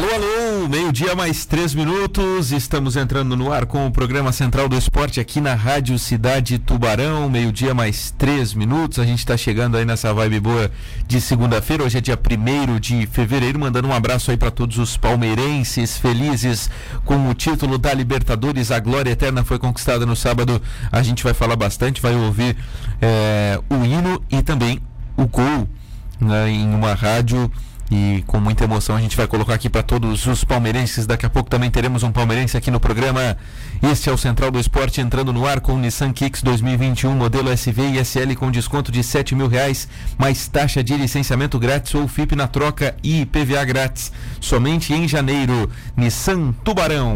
Alô, alô, meio-dia mais 3 minutos, estamos entrando no ar com o programa Central do Esporte aqui na Rádio Cidade Tubarão, meio-dia mais 3 minutos, a gente está chegando aí nessa vibe boa de segunda-feira, hoje é dia 1º de fevereiro, mandando um abraço aí para todos os palmeirenses felizes com o título da Libertadores, a glória eterna foi conquistada no sábado, a gente vai falar bastante, vai ouvir o hino e também o gol, né, em uma rádio. E com muita emoção a gente vai colocar aqui para todos os palmeirenses. Daqui a pouco também teremos um palmeirense aqui no programa. Este é o Central do Esporte entrando no ar com o Nissan Kicks 2021, modelo SV e SL com desconto de R$7.000, mais taxa de licenciamento grátis ou FIP na troca e IPVA grátis. Somente em janeiro. Nissan Tubarão.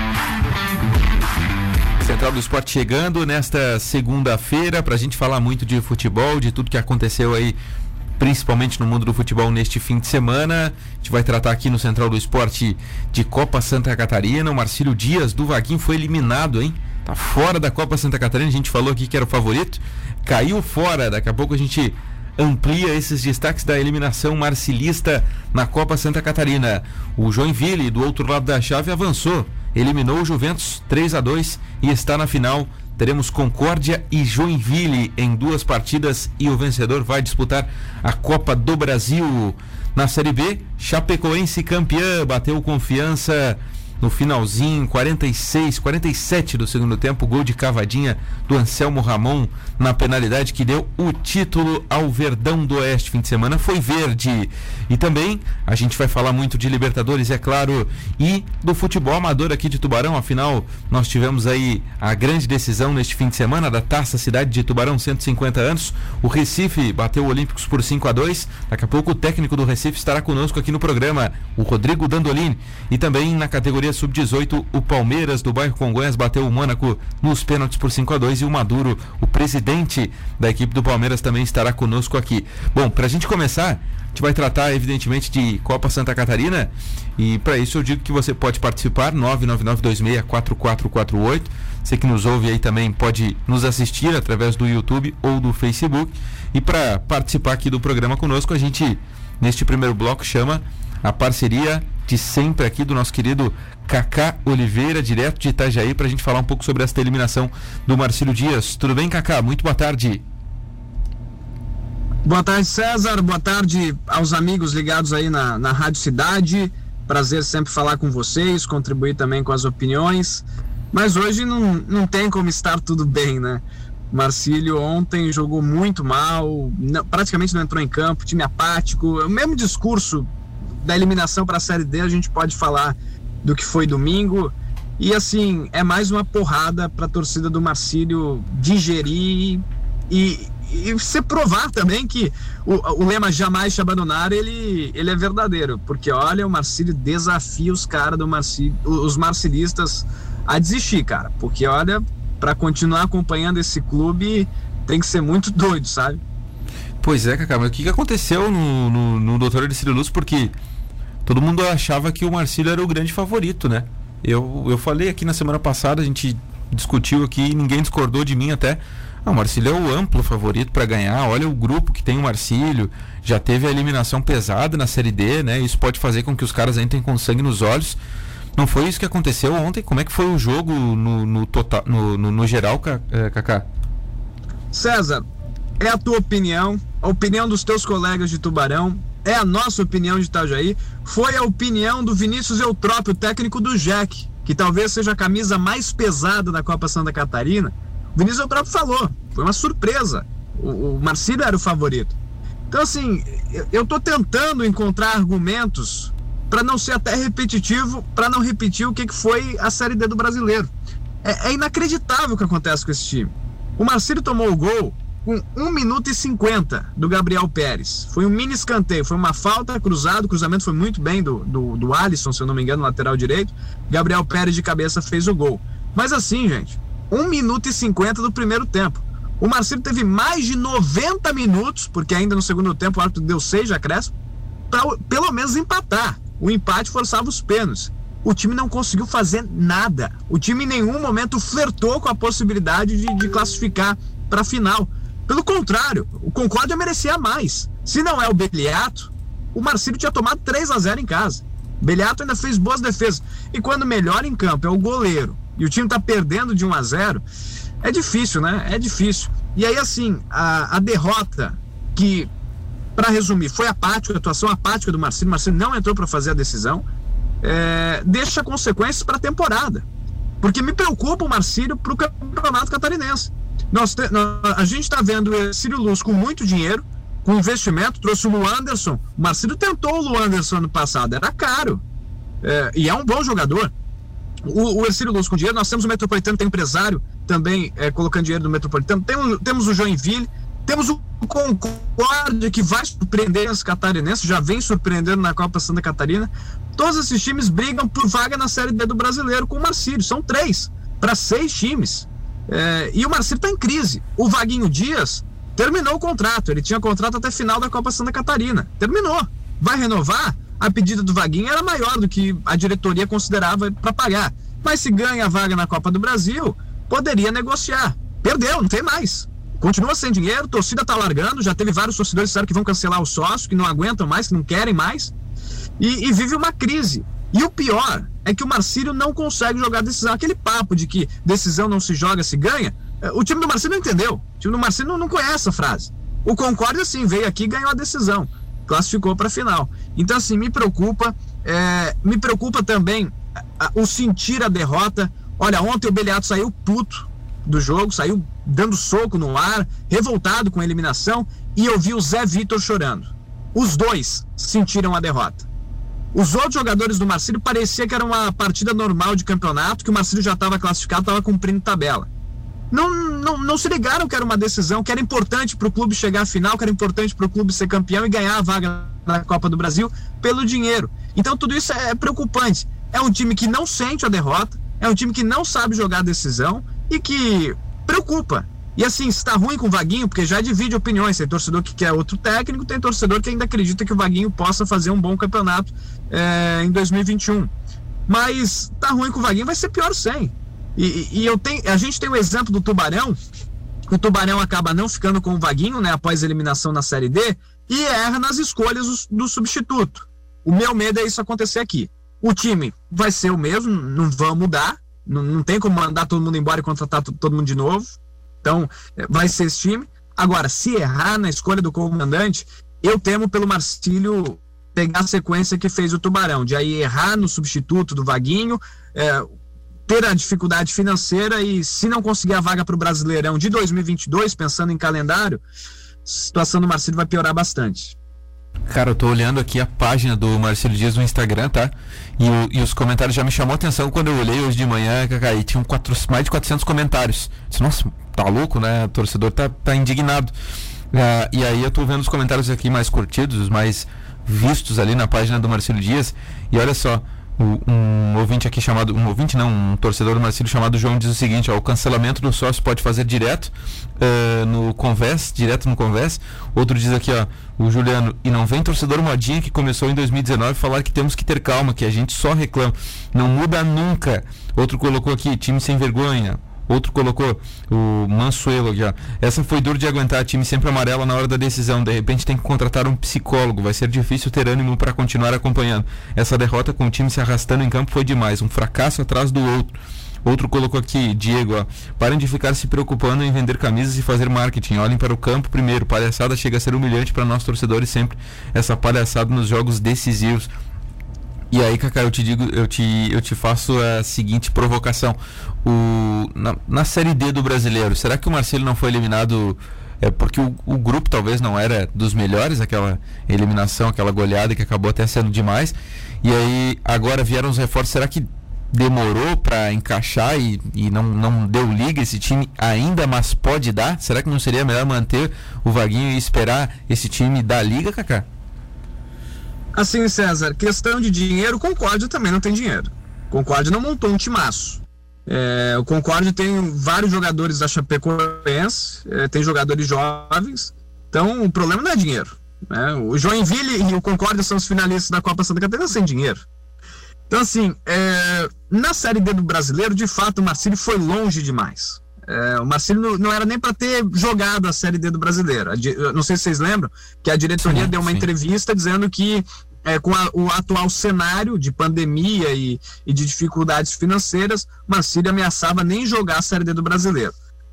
Central do Esporte chegando nesta segunda-feira para a gente falar muito de futebol, de tudo que aconteceu aí, principalmente no mundo do futebol neste fim de semana. A gente vai tratar aqui no Central do Esporte de Copa Santa Catarina. O Marcílio Dias do Vaguinho foi eliminado, hein? Tá fora da Copa Santa Catarina. A gente falou aqui que era o favorito, caiu fora. Daqui a pouco a gente amplia esses destaques da eliminação marcilista na Copa Santa Catarina. O Joinville, do outro lado da chave, avançou, eliminou o Juventus 3-2 e está na final. Teremos Concórdia e Joinville em 2 partidas e o vencedor vai disputar a Copa do Brasil. Na Série B, Chapecoense campeã, bateu Confiança no finalzinho, 47 do segundo tempo, gol de cavadinha do Anselmo Ramon na penalidade que deu o título ao Verdão do Oeste. Fim de semana foi verde. E também a gente vai falar muito de Libertadores, é claro, e do futebol amador aqui de Tubarão. Afinal, nós tivemos aí a grande decisão neste fim de semana da Taça Cidade de Tubarão, 150 anos. O Recife bateu o Olímpicos por 5-2. Daqui a pouco o técnico do Recife estará conosco aqui no programa, o Rodrigo Dandolini. E também na categoria Sub-18, o Palmeiras do bairro Congonhas bateu o Mônaco nos pênaltis por 5-2 e o Maduro, o presidente da equipe do Palmeiras, também estará conosco aqui. Bom, pra gente começar, a gente vai tratar evidentemente de Copa Santa Catarina e para isso eu digo que você pode participar, 999264448. Você que nos ouve aí também pode nos assistir através do YouTube ou do Facebook. E para participar aqui do programa conosco, a gente neste primeiro bloco chama a parceria de sempre aqui do nosso querido Cacá Oliveira, direto de Itajaí, para a gente falar um pouco sobre esta eliminação do Marcílio Dias. Tudo bem, Cacá? Muito boa tarde. Boa tarde, César. Boa tarde aos amigos ligados aí na Rádio Cidade. Prazer sempre falar com vocês, contribuir também com as opiniões. Mas hoje não tem como estar tudo bem, né? Marcílio ontem jogou muito mal, praticamente não entrou em campo, time apático, o mesmo discurso da eliminação para a Série D, a gente pode falar do que foi domingo, e assim, é mais uma porrada para a torcida do Marcílio digerir e se provar também que o lema jamais te abandonar, ele é verdadeiro, porque olha, o Marcílio desafia os caras do Marcílio, os marcilistas a desistir, cara, porque olha, para continuar acompanhando esse clube tem que ser muito doido, sabe? Pois é, Cacá, mas o que aconteceu no Doutor Ercílio Luz? Porque todo mundo achava que o Marcílio era o grande favorito, né? Eu falei aqui na semana passada, a gente discutiu aqui, ninguém discordou de mim até. O Marcílio é o amplo favorito para ganhar. Olha o grupo que tem o Marcílio, já teve a eliminação pesada na Série D, né? Isso pode fazer com que os caras entrem com sangue nos olhos. Não foi isso que aconteceu ontem? Como é que foi o jogo no geral, Cacá? César, é a tua opinião, a opinião dos teus colegas de Tubarão, é a nossa opinião de Itajaí, foi a opinião do Vinícius Eutrópio, técnico do Jack, que talvez seja a camisa mais pesada da Copa Santa Catarina. O Vinícius Eutrópio falou, foi uma surpresa, o Marcílio era o favorito. Então assim, eu tô tentando encontrar argumentos para não ser até repetitivo, para não repetir o que foi a Série D do Brasileiro. É inacreditável o que acontece com esse time. O Marcílio tomou o gol com 1 minuto e 50 do Gabriel Pérez. Foi um mini escanteio, foi uma falta, cruzado, o cruzamento foi muito bem do Alisson, se eu não me engano, lateral direito. Gabriel Pérez de cabeça fez o gol. Mas assim, gente, 1 minuto e 50 do primeiro tempo. O Marcílio teve mais de 90 minutos, porque ainda no segundo tempo o árbitro deu 6 de acréscimo, para pelo menos empatar. O empate forçava os pênaltis. O time não conseguiu fazer nada. O time em nenhum momento flertou com a possibilidade de classificar para a final. Pelo contrário, o Concórdia merecia mais. Se não é o Beliato, o Marcílio tinha tomado 3-0 em casa. Beliato ainda fez boas defesas. E quando melhor em campo é o goleiro e o time tá perdendo de 1-0, é difícil, né? É difícil. E aí, assim, a derrota, que, para resumir, foi apática, a atuação apática do Marcílio. O Marcílio não entrou para fazer a decisão, deixa consequências para a temporada. Porque me preocupa o Marcílio para o Campeonato Catarinense. A gente está vendo o Círio Luz com muito dinheiro, com investimento, trouxe o Luanderson. O Marcílio tentou o Luanderson no passado, era caro. E é um bom jogador. O Ercílio Luz com dinheiro, nós temos o Metropolitano, tem empresário também colocando dinheiro no Metropolitano, temos o Joinville, temos o Concórdia, que vai surpreender os catarinenses, já vem surpreendendo na Copa Santa Catarina. Todos esses times brigam por vaga na Série D do Brasileiro com o Marcílio, são 3 para 6 times. E o Marcílio está em crise. O Vaguinho Dias terminou o contrato, ele tinha contrato até final da Copa Santa Catarina, terminou, vai renovar. A pedida do Vaguinho era maior do que a diretoria considerava para pagar, mas se ganha a vaga na Copa do Brasil, poderia negociar. Perdeu, não tem mais, continua sem dinheiro, torcida tá largando, já teve vários torcedores que disseram que vão cancelar o sócio, que não aguentam mais, que não querem mais, e vive uma crise. E o pior é que o Marcílio não consegue jogar decisão. Aquele papo de que decisão não se joga, se ganha, o time do Marcílio não entendeu, o time do Marcílio não conhece a frase. O Concórdia sim, veio aqui e ganhou a decisão, classificou para a final. Então, assim, me preocupa também o sentir a derrota. Olha, ontem o Beliato saiu puto do jogo, saiu dando soco no ar, revoltado com a eliminação, e eu vi o Zé Vitor chorando. Os dois sentiram a derrota. Os outros jogadores do Marcílio parecia que era uma partida normal de campeonato, que o Marcílio já estava classificado, estava cumprindo tabela. Não se ligaram que era uma decisão, que era importante para o clube chegar à final, que era importante para o clube ser campeão e ganhar a vaga na Copa do Brasil pelo dinheiro. Então tudo isso é preocupante. É um time que não sente a derrota, é um time que não sabe jogar a decisão e que preocupa. E assim, está ruim com o Vaguinho, porque já divide opiniões. Tem torcedor que quer outro técnico, tem torcedor que ainda acredita que o Vaguinho possa fazer um bom campeonato em 2021. Mas tá ruim com o Vaguinho, vai ser pior sem. A gente tem o exemplo do Tubarão. O Tubarão acaba não ficando com o Vaguinho, né, após a eliminação na Série D, e erra nas escolhas do substituto. O meu medo é isso acontecer aqui. O time vai ser o mesmo, não vai mudar, não tem como mandar todo mundo embora e contratar todo mundo de novo. Então, vai ser esse time. Agora, se errar na escolha do comandante, eu temo pelo Marcílio pegar a sequência que fez o Tubarão, de aí errar no substituto do Vaguinho, ter a dificuldade financeira e, se não conseguir a vaga para o Brasileirão de 2022, pensando em calendário, a situação do Marcílio vai piorar bastante. Cara, eu tô olhando aqui a página do Marcílio Dias no Instagram, tá? E os comentários já me chamou a atenção quando eu olhei hoje de manhã, Cacá, e tinham mais de 400 comentários. Disse, nossa, tá louco, né? O torcedor tá indignado. E aí eu tô vendo os comentários aqui mais curtidos, os mais vistos ali na página do Marcílio Dias. E olha só, um ouvinte aqui chamado, um torcedor do Marcílio chamado João diz o seguinte, ó: o cancelamento do sócio pode fazer direto no Convés. Outro diz aqui, ó, o Juliano: e não vem torcedor modinha que começou em 2019 falar que temos que ter calma, que a gente só reclama, não muda nunca. Outro colocou aqui: time sem vergonha. Outro colocou, o Mansuelo aqui, ó: essa foi duro de aguentar, time sempre amarelo na hora da decisão, de repente tem que contratar um psicólogo, vai ser difícil ter ânimo para continuar acompanhando. Essa derrota com o time se arrastando em campo foi demais, um fracasso atrás do outro. Outro colocou aqui, Diego, ó: parem de ficar se preocupando em vender camisas e fazer marketing, olhem para o campo primeiro, palhaçada chega a ser humilhante para nós torcedores sempre, essa palhaçada nos jogos decisivos. E aí, Cacá, eu te faço a seguinte provocação: na Série D do Brasileiro, será que o Marcílio não foi eliminado porque o grupo talvez não era dos melhores, aquela eliminação, aquela goleada que acabou até sendo demais, e aí agora vieram os reforços, será que demorou para encaixar e não deu liga esse time ainda, mas pode dar? Será que não seria melhor manter o Vaguinho e esperar esse time dar liga, Cacá? Assim, César, questão de dinheiro, o Concórdia também não tem dinheiro. O Concórdia não montou um timaço. O Concórdia tem vários jogadores da Chapecoense, tem jogadores jovens, então o problema não é dinheiro, né? O Joinville e o Concórdia são os finalistas da Copa Santa Catarina sem dinheiro. Então, assim, na Série D do Brasileiro, de fato, o Marcílio foi longe demais. O Marcílio não era nem para ter jogado a Série D do Brasileiro. Não sei se vocês lembram que a diretoria deu uma entrevista dizendo que com o atual cenário de pandemia e de dificuldades financeiras, o Marcílio ameaçava nem jogar a Série D do Brasileiro.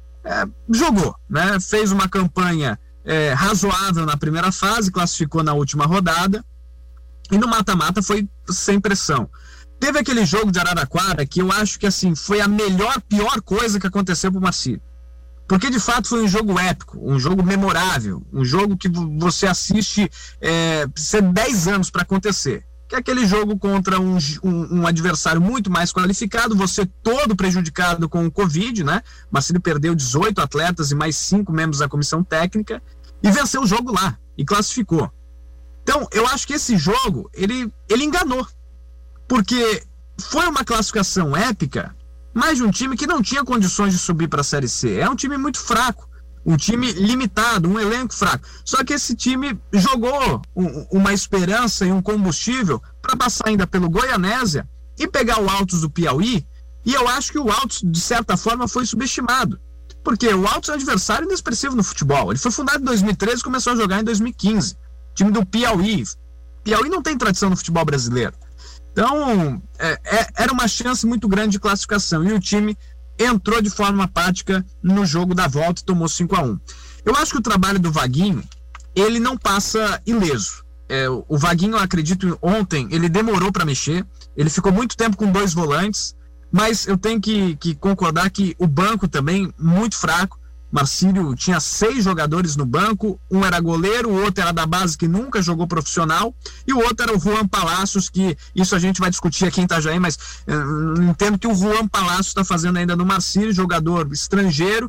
Jogou, né? Fez uma campanha razoável na primeira fase, classificou na última rodada, e no mata-mata foi sem pressão. Teve aquele jogo de Araraquara que eu acho que assim, foi a pior coisa que aconteceu pro Marcílio. Porque de fato foi um jogo épico, um jogo memorável, um jogo que você assiste precisa de 10 anos para acontecer. Que é aquele jogo contra um adversário muito mais qualificado, você todo prejudicado com o Covid, né? Marcílio perdeu 18 atletas e mais 5 membros da comissão técnica e venceu o jogo lá e classificou. Então, eu acho que esse jogo, ele enganou, porque foi uma classificação épica, mas de um time que não tinha condições de subir para a Série C. É um time muito fraco, um time limitado, um elenco fraco. Só que esse time jogou uma esperança e um combustível para passar ainda pelo Goianésia e pegar o Altos do Piauí, e eu acho que o Altos, de certa forma, foi subestimado. Porque o Altos é um adversário inexpressivo no futebol. Ele foi fundado em 2013 e começou a jogar em 2015. Time do Piauí. Piauí não tem tradição no futebol brasileiro. Então, era uma chance muito grande de classificação. E o time entrou de forma apática no jogo da volta e tomou 5-1. Eu acho que o trabalho do Vaguinho, ele não passa ileso. O Vaguinho, eu acredito, ontem, ele demorou para mexer. Ele ficou muito tempo com 2 volantes. Mas eu tenho que concordar que o banco também, muito fraco. Marcílio tinha 6 jogadores no banco, um era goleiro, o outro era da base que nunca jogou profissional, e o outro era o Juan Palacios, que isso a gente vai discutir aqui em Itajaí, mas entendo que o Juan Palacios está fazendo ainda no Marcílio, jogador estrangeiro,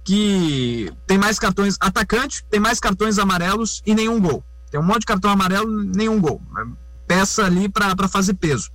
que tem mais cartões, atacante, tem mais cartões amarelos e nenhum gol. Tem um monte de cartão amarelo, nenhum gol. Peça ali para fazer peso.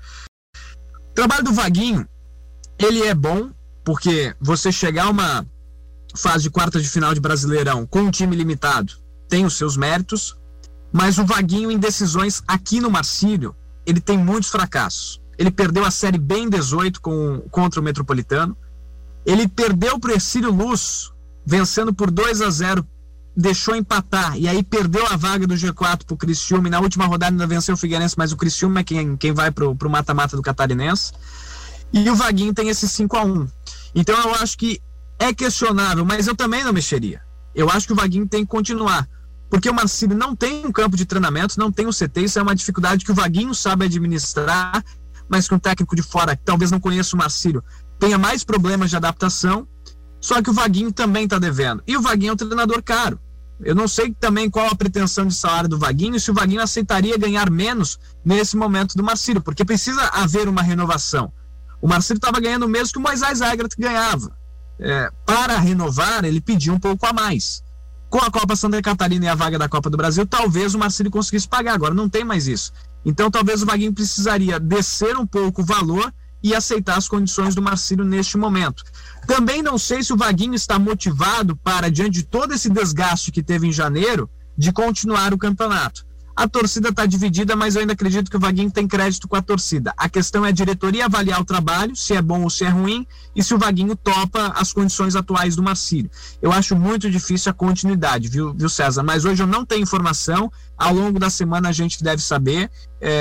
O trabalho do Vaguinho, ele é bom, porque você chegar a uma fase de quarta de final de Brasileirão com um time limitado tem os seus méritos, mas o Vaguinho em decisões aqui no Marcílio, ele tem muitos fracassos. Ele perdeu a Série B em 18 contra o Metropolitano, ele perdeu para o Hercílio Luz, vencendo por 2-0, deixou empatar, e aí perdeu a vaga do G4 para o Criciúma, e na última rodada ainda venceu o Figueirense, mas o Criciúma é quem vai para o mata-mata do Catarinense, e o Vaguinho tem esse 5-1. Então eu acho que é questionável, mas eu também não mexeria. Eu acho que o Vaguinho tem que continuar, porque o Marcílio não tem um campo de treinamento, não tem um CT, isso é uma dificuldade que o Vaguinho sabe administrar, mas que um técnico de fora, que talvez não conheça o Marcílio, tenha mais problemas de adaptação, só que o Vaguinho também está devendo. E o Vaguinho é um treinador caro. Eu não sei também qual a pretensão de salário do Vaguinho e se o Vaguinho aceitaria ganhar menos nesse momento do Marcílio, porque precisa haver uma renovação. O Marcílio estava ganhando o mesmo que o Moisés Aigrat ganhava. Para renovar, ele pediu um pouco a mais. Com a Copa Santa Catarina e a vaga da Copa do Brasil, talvez o Marcílio conseguisse pagar. Agora não tem mais isso. Então talvez o Vaguinho precisaria descer um pouco o valor e aceitar as condições do Marcílio neste momento. Também não sei se o Vaguinho está motivado para, diante de todo esse desgaste que teve em janeiro, de continuar o campeonato. A torcida está dividida, mas eu ainda acredito que o Vaguinho tem crédito com a torcida. A questão é a diretoria avaliar o trabalho, se é bom ou se é ruim, e se o Vaguinho topa as condições atuais do Marcílio. Eu acho muito difícil a continuidade, viu César? Mas hoje eu não tenho informação, ao longo da semana a gente deve saber,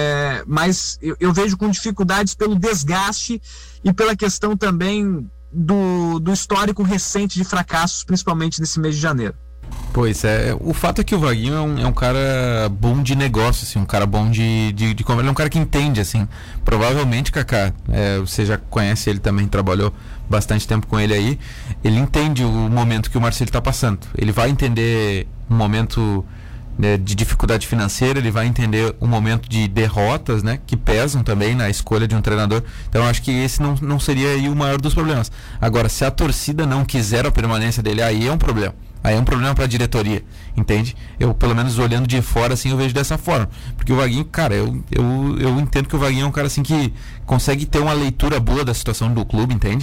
mas eu vejo com dificuldades pelo desgaste e pela questão também do histórico recente de fracassos, principalmente nesse mês de janeiro. Pois é, o fato é que o Vaguinho é um cara bom de negócio, assim, um cara bom de como ele é um cara que entende, assim, provavelmente, Kaká, você já conhece ele também, trabalhou bastante tempo com ele aí, ele entende o momento que o Marcílio está passando, ele vai entender um momento, né, de dificuldade financeira, ele vai entender o momento de derrotas, né, que pesam também na escolha de um treinador. Então eu acho que esse não seria aí o maior dos problemas. Agora, se a torcida não quiser a permanência dele, aí é um problema. Aí é um problema para a diretoria, entende? Eu, pelo menos olhando de fora, assim, eu vejo dessa forma. Porque o Vaguinho, cara, eu entendo que o Vaguinho é um cara assim que consegue ter uma leitura boa da situação do clube, entende?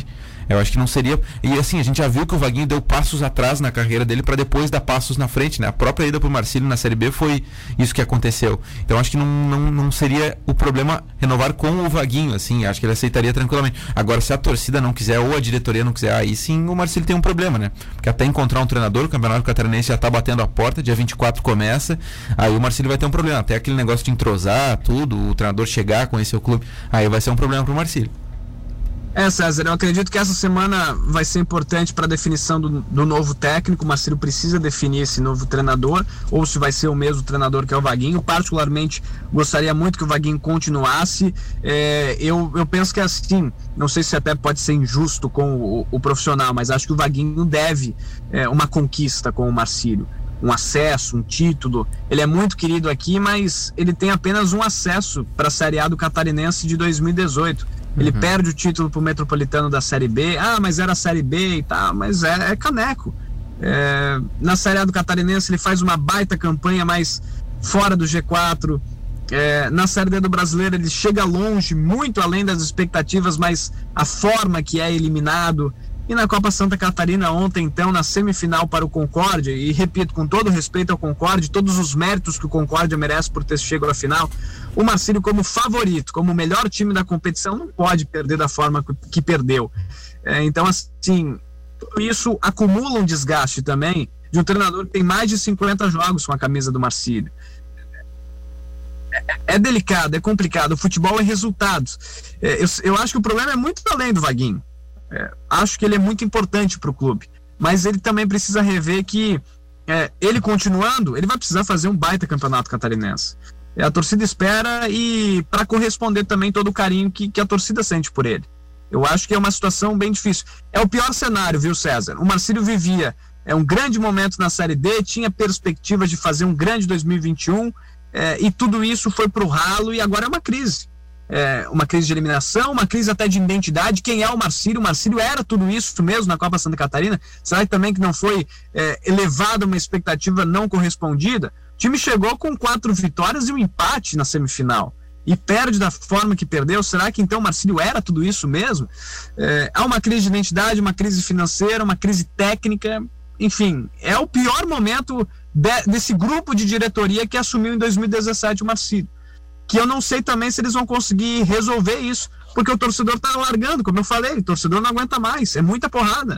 Eu acho que não seria... E assim, a gente já viu que o Vaguinho deu passos atrás na carreira dele para depois dar passos na frente, né? A própria ida pro Marcílio na Série B foi isso que aconteceu. Então acho que não seria o problema renovar com o Vaguinho, assim. Acho que ele aceitaria tranquilamente. Agora, se a torcida não quiser ou a diretoria não quiser, aí sim o Marcílio tem um problema, né? Porque até encontrar um treinador, o Campeonato Catarinense já tá batendo a porta, dia 24 começa, aí o Marcílio vai ter um problema. Até aquele negócio de entrosar tudo, o treinador chegar, conhecer o clube, aí vai ser um problema pro Marcílio. César, eu acredito que essa semana vai ser importante para a definição do novo técnico. O Marcílio precisa definir esse novo treinador, ou se vai ser o mesmo treinador que é o Vaguinho. Particularmente, gostaria muito que o Vaguinho continuasse. Eu penso que assim, não sei se até pode ser injusto com o profissional, mas acho que o Vaguinho deve uma conquista com o Marcílio. Um acesso, um título. Ele é muito querido aqui, mas ele tem apenas um acesso para a Série A do Catarinense de 2018. Ele perde o título pro Metropolitano da Série B. Mas era a Série B e tal, mas é caneco. Na Série A do Catarinense ele faz uma baita campanha, mas fora do G4. Na Série D do Brasileiro ele chega longe, muito além das expectativas, mas a forma que é eliminado. E na Copa Santa Catarina ontem, então, na semifinal para o Concórdia, e repito, com todo respeito ao Concórdia, todos os méritos que o Concórdia merece por ter chegado à final, o Marcílio como favorito, como o melhor time da competição, não pode perder da forma que perdeu. Então, assim, tudo isso acumula um desgaste também de um treinador que tem mais de 50 jogos com a camisa do Marcílio. É delicado, é complicado, o futebol é resultados. Eu acho que o problema é muito além do Vaguinho. Acho que ele é muito importante para o clube, mas ele também precisa rever que ele continuando, ele vai precisar fazer um baita campeonato catarinense. A torcida espera, e para corresponder também todo o carinho que a torcida sente por ele. Eu acho que é uma situação bem difícil. É o pior cenário, viu, César? O Marcílio vivia um grande momento na Série D, tinha perspectivas de fazer um grande 2021, e tudo isso foi pro ralo, e agora é uma crise. Uma crise de eliminação, uma crise até de identidade. Quem é o Marcílio? O Marcílio era tudo isso mesmo na Copa Santa Catarina? Será que também que não foi elevada uma expectativa não correspondida? O time chegou com 4 vitórias e um empate na semifinal e perde da forma que perdeu. Será que então o Marcílio era tudo isso mesmo? Há uma crise de identidade, uma crise financeira, uma crise técnica. Enfim, é o pior momento desse grupo de diretoria que assumiu em 2017 o Marcílio, que eu não sei também se eles vão conseguir resolver isso, porque o torcedor tá largando, como eu falei, o torcedor não aguenta mais, é muita porrada.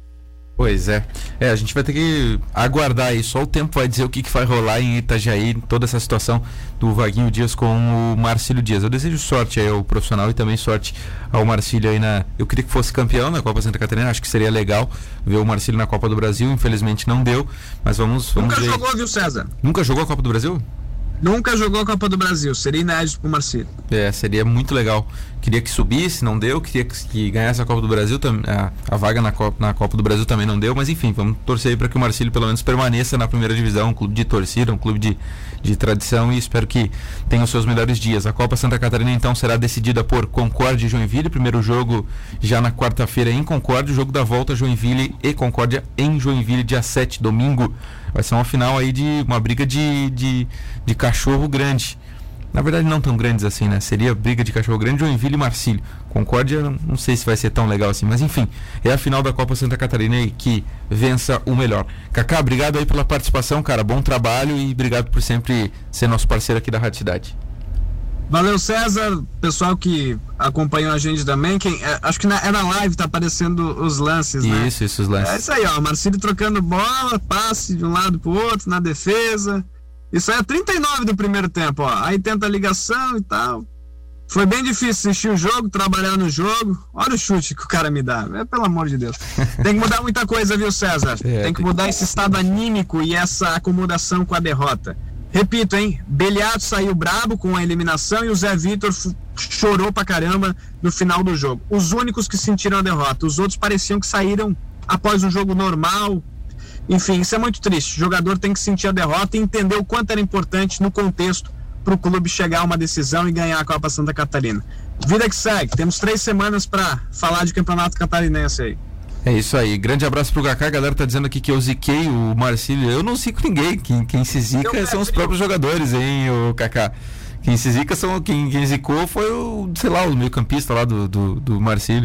Pois é, a gente vai ter que aguardar aí, só o tempo vai dizer o que vai rolar em Itajaí, toda essa situação do Vaguinho Dias com o Marcílio Dias. Eu desejo sorte aí ao profissional e também sorte ao Marcílio aí eu queria que fosse campeão na Copa Santa Catarina, acho que seria legal ver o Marcílio na Copa do Brasil, infelizmente não deu, mas vamos Nunca ver. Jogou, viu, César? Nunca jogou a Copa do Brasil? Nunca jogou a Copa do Brasil, seria inédito pro Marcílio. Seria muito legal. Queria que subisse, não deu. Queria que ganhasse a Copa do Brasil, a vaga na Copa do Brasil também não deu, mas enfim, vamos torcer aí para que o Marcílio pelo menos permaneça na primeira divisão, um clube de torcida, um clube de tradição, e espero que tenha os seus melhores dias. A Copa Santa Catarina então será decidida por Concórdia e Joinville, primeiro jogo já na quarta-feira em Concórdia, o jogo da volta Joinville e Concórdia em Joinville, dia 7, domingo. Vai ser uma final aí de uma briga de cachorro grande. Na verdade não tão grandes assim, né? Seria briga de cachorro grande, Joinville e Marcílio. Concórdia, não sei se vai ser tão legal assim, mas enfim, é a final da Copa Santa Catarina e que vença o melhor. Cacá, obrigado aí pela participação, cara, bom trabalho e obrigado por sempre ser nosso parceiro aqui da Rádio Cidade. Valeu, César, pessoal que acompanhou a gente também, acho que na live tá aparecendo os lances, né? Isso, os lances. É isso aí, ó, Marcílio trocando bola, passe de um lado pro outro, na defesa. Isso aí é 39 do primeiro tempo, ó. Aí tenta a ligação e tal. Foi bem difícil assistir o jogo, trabalhar no jogo. Olha o chute que o cara me dá. Pelo amor de Deus. Tem que mudar muita coisa, viu, César? Tem que mudar esse estado anímico e essa acomodação com a derrota. Repito, hein? Beliato saiu brabo com a eliminação e o Zé Vitor chorou pra caramba no final do jogo. Os únicos que sentiram a derrota. Os outros pareciam que saíram após um jogo normal. Enfim, isso é muito triste. O jogador tem que sentir a derrota e entender o quanto era importante no contexto para o clube chegar a uma decisão e ganhar a Copa Santa Catarina. Vida que segue. Temos 3 semanas para falar de campeonato catarinense aí. É isso aí. Grande abraço pro Kaká. A galera tá dizendo aqui que eu ziquei o Marcílio. Eu não zico ninguém. Quem se zica são os próprios jogadores, hein, o Kaká. Quem se zica quem zicou foi o meio-campista lá do Marcílio.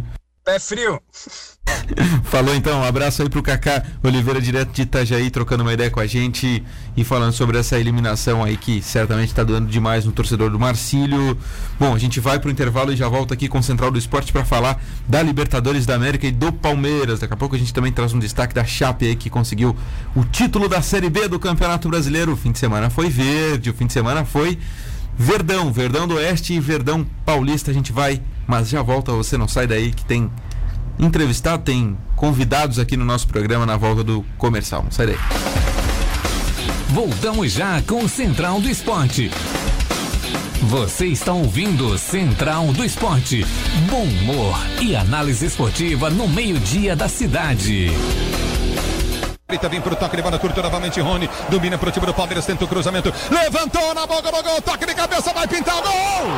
Pé frio. Falou então, um abraço aí pro Kaká Oliveira, direto de Itajaí, trocando uma ideia com a gente e falando sobre essa eliminação aí que certamente tá doendo demais no torcedor do Marcílio. Bom, a gente vai pro intervalo e já volta aqui com o Central do Esporte para falar da Libertadores da América e do Palmeiras. Daqui a pouco a gente também traz um destaque da Chape aí, que conseguiu o título da Série B do Campeonato Brasileiro. O fim de semana foi verde, o fim de semana foi Verdão do Oeste e Verdão Paulista. A gente vai, mas já volta, você não sai daí que tem entrevistado, tem convidados aqui no nosso programa na volta do comercial. Não sai daí. Voltamos já com o Central do Esporte. Você está ouvindo Central do Esporte. Bom humor e análise esportiva no meio-dia da cidade. Vem pro toque, levando curto novamente Rony, domina pro time do Palmeiras, tenta o cruzamento, levantou na boca do gol, toque de cabeça, vai pintar o gol!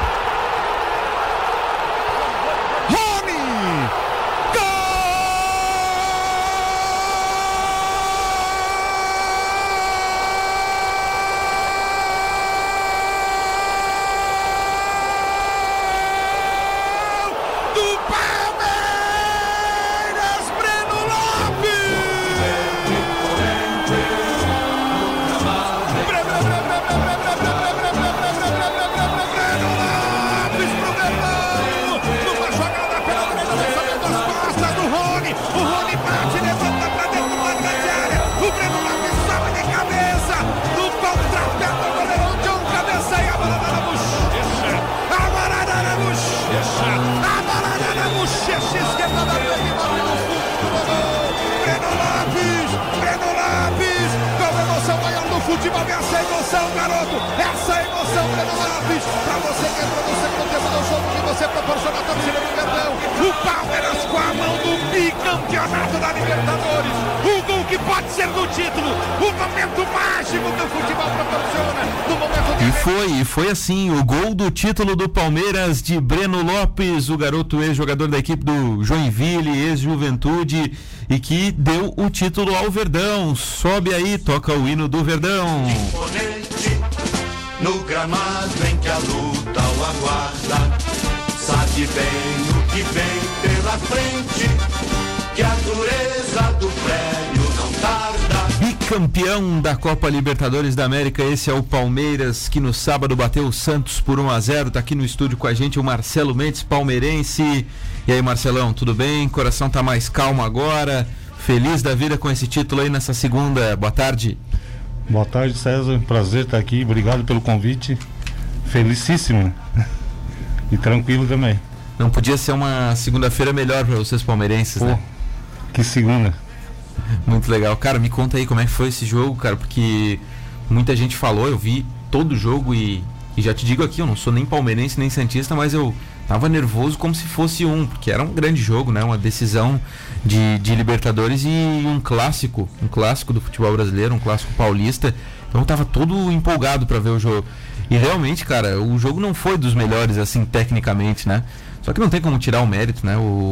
Essa emoção, garoto! Essa emoção, Breno Lopes! Pra você que entrou no segundo tempo do jogo que você proporciona a torcida do Verdão. O Palmeiras com a mão do bicampeonato da Libertadores. O gol que pode ser do título. O momento mágico que o futebol proporciona. No momento E foi assim, o gol do título do Palmeiras de Breno Lopes, o garoto ex-jogador da equipe do Joinville, ex-Juventude, e que deu o título ao Verdão. Sobe aí, toca o hino do Verdão. Imponente, no gramado em que a luta o aguarda, sabe bem o que vem pela frente, que a dureza do prédio não tarda. Bicampeão da Copa Libertadores da América, esse é o Palmeiras, que no sábado bateu o Santos por 1-0, tá aqui no estúdio com a gente o Marcelo Mendes, palmeirense. E aí, Marcelão, tudo bem? Coração tá mais calmo agora, feliz da vida com esse título aí nessa segunda. Boa tarde. Boa tarde, César, prazer estar aqui, obrigado pelo convite, felicíssimo e tranquilo também. Não podia ser uma segunda-feira melhor para vocês palmeirenses, né? Que segunda. Muito legal. Cara, me conta aí como é que foi esse jogo, cara, porque muita gente falou, eu vi todo o jogo e já te digo aqui, eu não sou nem palmeirense nem santista, mas eu tava nervoso como se fosse porque era um grande jogo, né? Uma decisão de Libertadores e um clássico do futebol brasileiro, um clássico paulista. Então eu tava todo empolgado para ver o jogo. E realmente, cara, o jogo não foi dos melhores, assim, tecnicamente, né? Só que não tem como tirar o mérito, né?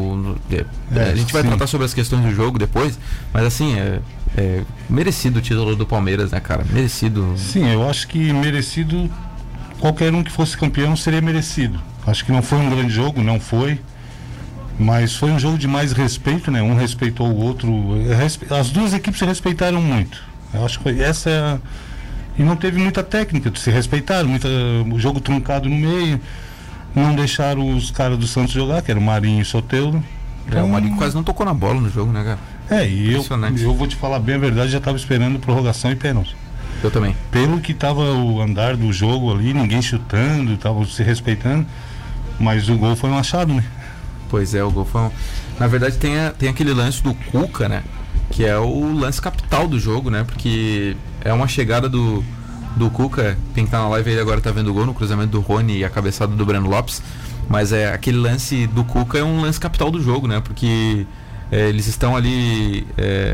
A gente vai tratar sobre as questões do jogo depois, mas assim, é merecido o título do Palmeiras, né, cara? Merecido. Sim, eu acho que merecido, qualquer um que fosse campeão seria merecido. Acho que não foi um grande jogo, não foi, mas foi um jogo de mais respeito, né? Um respeitou o outro, as duas equipes se respeitaram muito. Eu acho que foi essa. E não teve muita técnica, se respeitaram, o jogo truncado no meio, não deixaram os caras do Santos jogar, que era o Marinho e o Soteldo. Então, o Marinho quase não tocou na bola no jogo, né, cara? E eu vou te falar bem a verdade, já estava esperando prorrogação e pênalti. Eu também. Pelo que estava o andar do jogo ali, ninguém chutando, estava se respeitando, mas o gol foi um achado, né? Pois é, o gol foi Na verdade tem aquele lance do Cuca, né? Que é o lance capital do jogo, né? Porque é uma chegada do Cuca, quem tá na live aí agora tá vendo o gol no cruzamento do Rony e a cabeçada do Breno Lopes, mas aquele lance do Cuca é um lance capital do jogo, né? Porque eles estão ali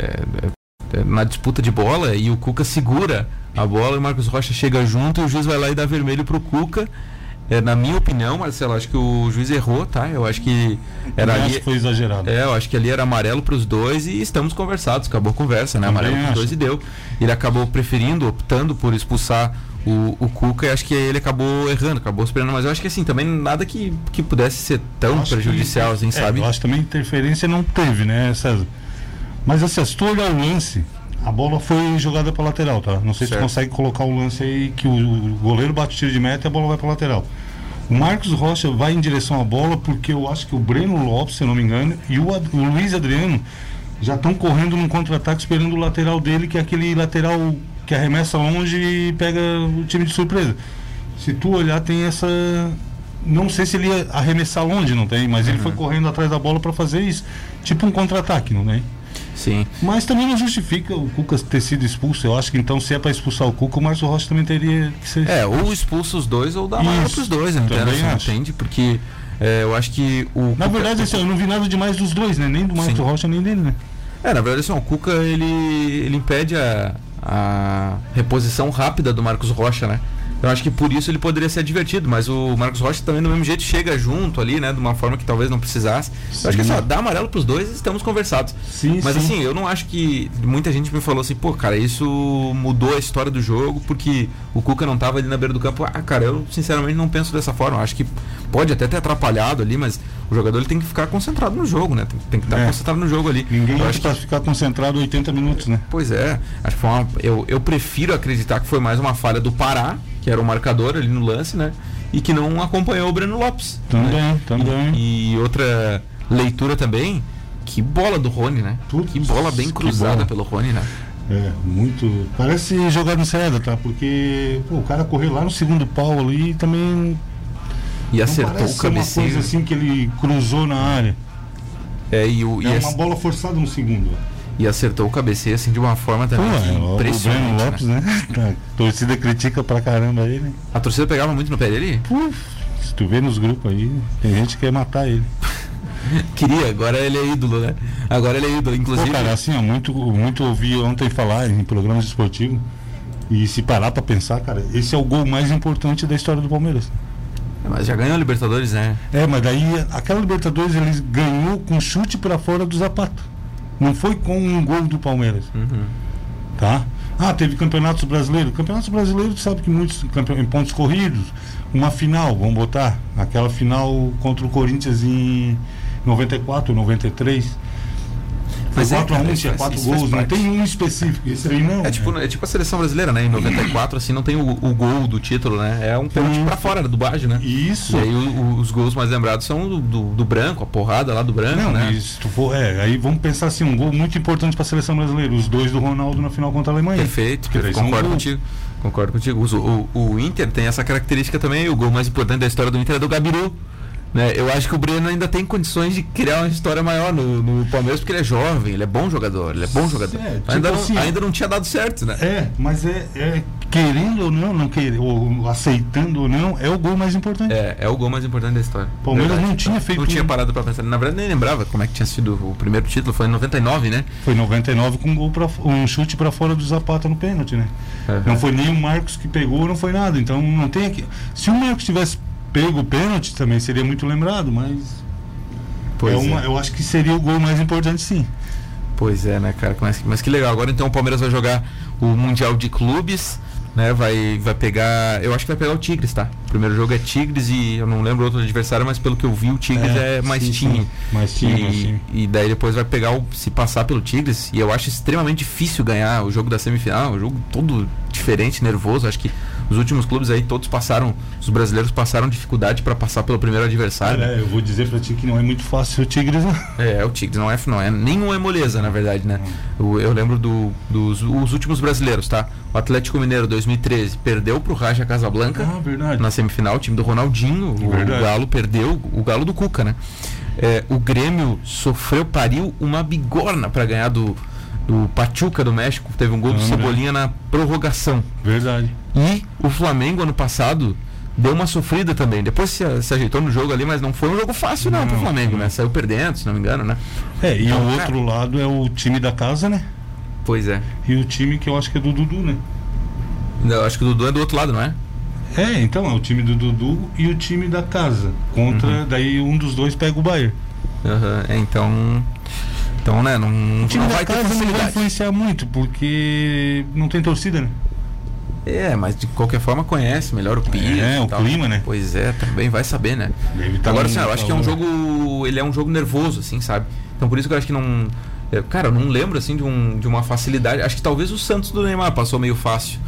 na disputa de bola e o Cuca segura a bola e o Marcos Rocha chega junto e o juiz vai lá e dá vermelho pro Cuca Na minha opinião, Marcelo, acho que o juiz errou, tá? Eu acho que eu acho que foi exagerado. Eu acho que ali era amarelo para os dois e estamos conversados, acabou a conversa, né? Amarelo para os dois e deu. Ele acabou optando por expulsar o Cuca e acho que ele acabou errando, acabou superando, mas eu acho que assim, também nada que pudesse ser tão prejudicial, assim, sabe? Eu acho que também interferência não teve, né, César? Mas assim, se tu olhar o lance, a bola foi jogada para lateral, tá? Não sei se tu consegue colocar o lance aí que o goleiro bate tiro de meta e a bola vai para lateral. O Marcos Rocha vai em direção à bola porque eu acho que o Breno Lopes, se eu não me engano, e o Luiz Adriano já estão correndo num contra-ataque esperando o lateral dele, que é aquele lateral que arremessa longe e pega o time de surpresa. Se tu olhar, tem essa... Não sei se ele ia arremessar longe, não tem, mas ele foi correndo atrás da bola para fazer isso. Tipo um contra-ataque, não tem? Sim. Mas também não justifica o Cuca ter sido expulso. Eu acho que então, se é para expulsar o Cuca, o Márcio Rocha também teria que ser. Ou expulsa os dois ou dá amarelo pros dois, né? Entende? Porque eu acho que o. Na verdade, assim, eu não vi nada demais dos dois, né? Nem do Márcio Rocha, nem dele, né? Na verdade, assim, o Cuca ele impede a reposição rápida do Marcos Rocha, né? Eu acho que por isso ele poderia ser advertido, mas o Marcos Rocha também do mesmo jeito chega junto ali, né? De uma forma que talvez não precisasse. Eu acho que assim, dá amarelo pros dois e estamos conversados. Mas assim, eu não acho que... Muita gente me falou assim, pô, cara, isso mudou a história do jogo porque o Cuca não tava ali na beira do campo. Cara, eu sinceramente não penso dessa forma. Eu acho que pode até ter atrapalhado ali, mas o jogador ele tem que ficar concentrado no jogo, né? Tem que estar concentrado no jogo ali. Ninguém vai ficar concentrado 80 minutos, né? Pois é. Acho que foi eu prefiro acreditar que foi mais uma falha do Pará, que era o marcador ali no lance, né? E que não acompanhou o Breno Lopes. Também. E outra leitura também, que bola do Rony, né? Que bola bem cruzada pelo Rony, né? Muito. Parece jogar no César, tá? Porque o cara correu lá no segundo pau ali e também. E acertou o cabeceio. Uma coisa assim que ele cruzou na área. Uma bola forçada no segundo. E acertou o cabeceio assim de uma forma também impressionante. O Breno Lopes, né? A torcida critica pra caramba ele. A torcida pegava muito no pé dele? Se tu vê nos grupos aí, tem gente que quer matar ele. Agora ele é ídolo, né? Inclusive. Cara, assim, muito ouvi ontem falar em programas esportivos. E se parar pra pensar, cara, esse é o gol mais importante da história do Palmeiras. Mas já ganhou a Libertadores, né? Mas daí aquela Libertadores ele ganhou com chute pra fora do Zapata. Não foi com um gol do Palmeiras. Tá? Teve campeonatos brasileiros. Campeonatos brasileiros, tu sabe que muitos em pontos corridos. Uma final, vamos botar. Aquela final contra o Corinthians em 94, 93. Mas 4-1, tinha 4 gols, não tem um específico. Esse aí não. É tipo a seleção brasileira, né? Em 94, assim, não tem o gol do título, né? É um pênalti pra fora do Baggio, né? Isso. E aí os gols mais lembrados são do Branco, a porrada lá do Branco, né? Se tu for, aí vamos pensar assim, um gol muito importante pra seleção brasileira. Os dois do Ronaldo na final contra a Alemanha. Perfeito, concordo contigo. O Inter tem essa característica também, o gol mais importante da história do Inter é do Gabiru. Né? Eu acho que o Breno ainda tem condições de criar uma história maior no Palmeiras, porque ele é jovem, ele é bom jogador. Ainda não tinha dado certo, né? Mas querendo ou não querer, ou aceitando ou não, é o gol mais importante. É o gol mais importante da história. O Palmeiras não tinha feito. Não tinha parado pra pensar. Na verdade, nem lembrava como é que tinha sido o primeiro título, foi em 99, né? Foi em 99 com um chute pra fora do Zapata no pênalti, né? Não foi nem o Marcos que pegou, não foi nada. Então não tem aqui. Se o Marcos tivesse pego o pênalti também seria muito lembrado, mas eu acho que seria o gol mais importante, sim. Pois é, né, cara? Mas que legal. Agora então o Palmeiras vai jogar o Mundial de Clubes, né? Vai pegar. Eu acho que vai pegar o Tigres, tá? O primeiro jogo é Tigres e eu não lembro outro adversário, mas pelo que eu vi, o Tigres é mais time. Mais time. E daí depois vai pegar se passar pelo Tigres. E eu acho extremamente difícil ganhar o jogo da semifinal, um jogo todo diferente, nervoso. Acho que os últimos clubes aí todos os brasileiros passaram dificuldade para passar pelo primeiro adversário. Eu vou dizer pra ti que não é muito fácil o Tigres, né? O Tigres não é nenhum é moleza, na verdade, né? Eu lembro dos últimos brasileiros, tá? O Atlético Mineiro 2013 perdeu pro Raja Casablanca na semifinal, o time do Ronaldinho, o Galo perdeu, o Galo do Cuca, né? O Grêmio pariu uma bigorna para ganhar do Pachuca do México, teve um gol do Cebolinha na prorrogação. Verdade. E o Flamengo ano passado deu uma sofrida também. Depois se ajeitou no jogo ali, mas não foi um jogo fácil pro Flamengo, né? Saiu perdendo, se não me engano, né? E o outro lado é o time da casa, né? Pois é. E o time que eu acho que é do Dudu, né? Eu acho que o Dudu é do outro lado, não é? Então, é o time do Dudu e o time da casa. Contra, daí um dos dois pega o Bayern. Então, né, não O time não da vai ter casa não vai facilidade. influenciar muito, porque não tem torcida, né? Mas de qualquer forma conhece melhor o piso. O clima, né? Pois é, também vai saber, né? Deve tá Agora, um assim, eu acho que é um calor. jogo. Ele é um jogo nervoso, assim, sabe? Então por isso que eu acho que não. Cara, eu não lembro assim de uma facilidade. Acho que talvez o Santos do Neymar passou meio fácil.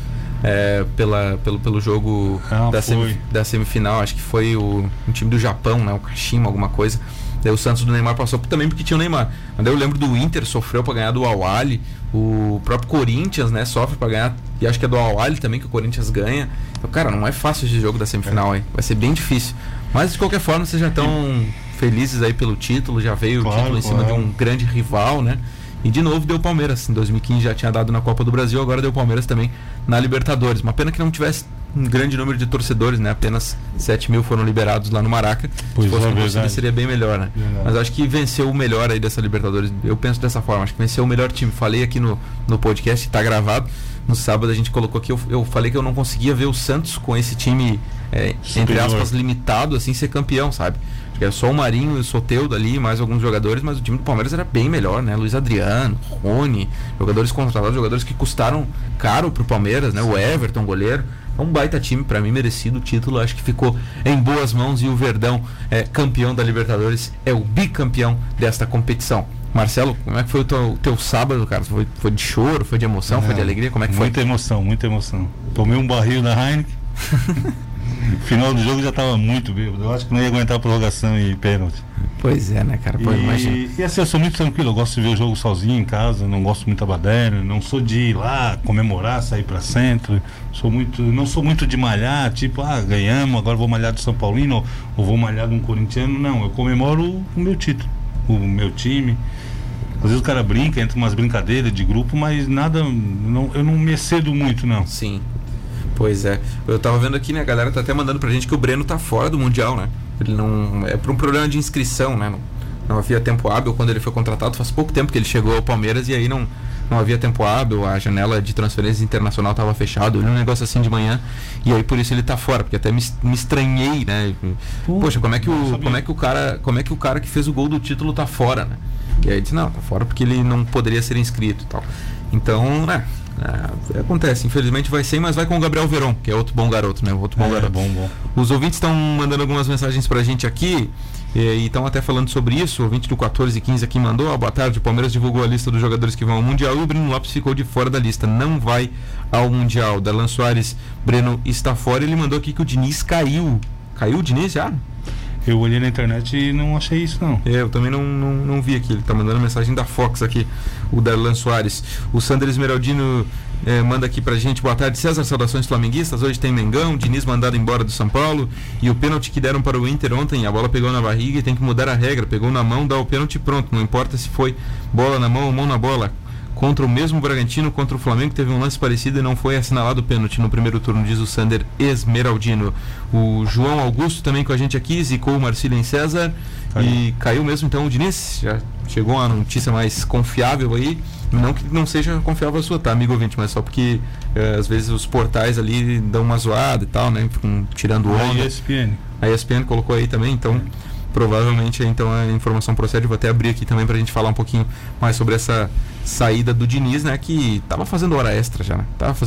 Pelo jogo da semifinal. Acho que foi um time do Japão, né? O Kashima, alguma coisa. Daí o Santos do Neymar passou também porque tinha o Neymar. Mas daí eu lembro do Inter, sofreu pra ganhar do Al-Ahly. O próprio Corinthians, né, sofre pra ganhar. E acho que é do Al-Ahly também que o Corinthians ganha. Então, cara, não é fácil esse jogo da semifinal aí. Vai ser bem difícil. Mas de qualquer forma, vocês já estão felizes aí pelo título. Já veio o título em cima de um grande rival, né? E de novo deu Palmeiras. Em 2015 já tinha dado na Copa do Brasil, agora deu Palmeiras também na Libertadores. Uma pena que não tivesse um grande número de torcedores, né? Apenas 7 mil foram liberados lá no Maraca. Pois Se fosse é, com torcida, verdade. seria bem melhor, né? Verdade. Mas acho que venceu o melhor aí dessa Libertadores. Eu penso dessa forma, acho que venceu o melhor time. Falei aqui no podcast, tá gravado. No sábado a gente colocou aqui, eu falei que eu não conseguia ver o Santos com esse time, entre aspas, limitado, assim, ser campeão, sabe? É só o Marinho e o Soteldo ali, mais alguns jogadores, mas o time do Palmeiras era bem melhor, né? Luiz Adriano, Rony, jogadores contratados, jogadores que custaram caro pro Palmeiras, né? O Everton, goleiro. É um baita time, pra mim, merecido o título. Acho que ficou em boas mãos e o Verdão, campeão da Libertadores, é o bicampeão desta competição. Marcelo, como é que foi o teu sábado, cara? Foi de choro, foi de emoção, foi de alegria? Como é que foi? Muita emoção. Tomei um barril da Heineken. Final do jogo já tava muito bêbado. Eu acho que não ia aguentar a prorrogação e pênalti. Pois é, né, cara? Pô, imagina. E assim, eu sou muito tranquilo. Eu gosto de ver o jogo sozinho em casa. Não gosto muito da baderna. Não sou de ir lá comemorar, sair pra centro. Não sou muito de malhar. Tipo, ganhamos, agora vou malhar do São Paulino ou vou malhar de um corintiano. Não, eu comemoro o meu título, o meu time. Às vezes o cara brinca, entra umas brincadeiras de grupo, mas nada, eu não me excedo muito, não. Sim. Pois é. Eu tava vendo aqui, né? A galera tá até mandando pra gente que o Breno tá fora do Mundial, né? Ele não. É por um problema de inscrição, né? Não havia tempo hábil quando ele foi contratado. Faz pouco tempo que ele chegou ao Palmeiras e aí não havia tempo hábil. A janela de transferência internacional tava fechada. Um negócio assim de manhã. E aí por isso ele tá fora. Porque até me estranhei, né? Poxa, como é que o cara que fez o gol do título tá fora, né? E aí disse, não, tá fora porque ele não poderia ser inscrito e tal. Então, né? Acontece, infelizmente vai ser, mas vai com o Gabriel Veron, que é outro bom garoto, né? Outro bom garoto. Bom. Os ouvintes estão mandando algumas mensagens pra gente aqui e estão até falando sobre isso. O ouvinte do 1415 aqui mandou: boa tarde, o Palmeiras divulgou a lista dos jogadores que vão ao Mundial e o Breno Lopes ficou de fora da lista, não vai ao Mundial. Darlan Soares, Breno está fora. Ele mandou aqui que o Diniz caiu o Diniz já? Eu olhei na internet e não achei isso, não. Eu também não vi aqui. Ele tá mandando mensagem da Fox aqui, o Darlan Soares. O Sander Esmeraldino manda aqui pra gente: boa tarde, César, saudações flamenguistas. Hoje tem Mengão, Diniz mandado embora do São Paulo e o pênalti que deram para o Inter ontem, a bola pegou na barriga e tem que mudar a regra. Pegou na mão, dá o pênalti, pronto. Não importa se foi bola na mão ou mão na bola. Contra o mesmo Bragantino, contra o Flamengo, teve um lance parecido e não foi assinalado o pênalti no primeiro turno, diz o Sander Esmeraldino. O João Augusto também com a gente aqui, zicou o Marcílio em César. E caiu mesmo então o Diniz. Já chegou uma notícia mais confiável aí. Não que não seja confiável a sua, tá, amigo ouvinte, mas só porque às vezes os portais ali dão uma zoada e tal, né? Ficam tirando onda. A ESPN colocou aí também, então provavelmente então a informação procede. Vou até abrir aqui também pra gente falar um pouquinho mais sobre essa saída do Diniz, né, que tava fazendo hora extra já, né?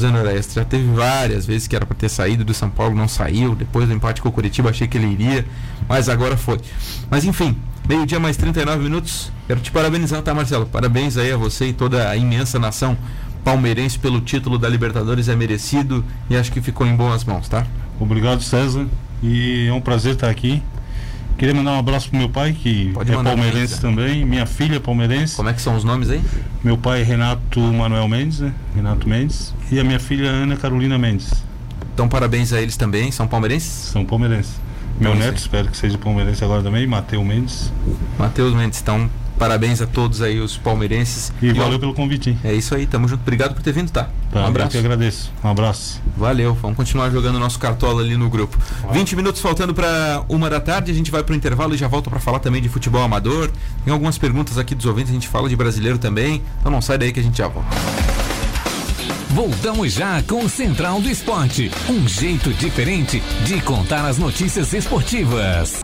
Já teve várias vezes que era para ter saído do São Paulo, não saiu. Depois do empate com o Curitiba achei que ele iria, mas agora foi. Mas enfim, meio-dia mais 39 minutos. Quero te parabenizar, tá, Marcelo? Parabéns aí a você e toda a imensa nação palmeirense pelo título da Libertadores, é merecido e acho que ficou em boas mãos, tá? Obrigado, César, e é um prazer estar aqui. Queria mandar um abraço pro meu pai, que é palmeirense também. Minha filha é palmeirense. Como é que são os nomes aí? Meu pai é Renato Manuel Mendes, né? Renato Mendes. E a minha filha Ana Carolina Mendes. Então parabéns a eles também. São palmeirenses? São palmeirenses. Meu neto, espero que seja palmeirense agora também, Matheus Mendes. Matheus Mendes, então parabéns a todos aí os palmeirenses. E valeu pelo convite, hein? É isso aí, tamo junto. Obrigado por ter vindo, tá? Um abraço. Eu que agradeço. Um abraço. Valeu, vamos continuar jogando nosso cartola ali no grupo. 20 minutos faltando para 1 da tarde, a gente vai pro intervalo e já volta para falar também de futebol amador. Tem algumas perguntas aqui dos ouvintes, a gente fala de brasileiro também. Então não sai daí que a gente já volta. Voltamos já com o Central do Esporte, um jeito diferente de contar as notícias esportivas.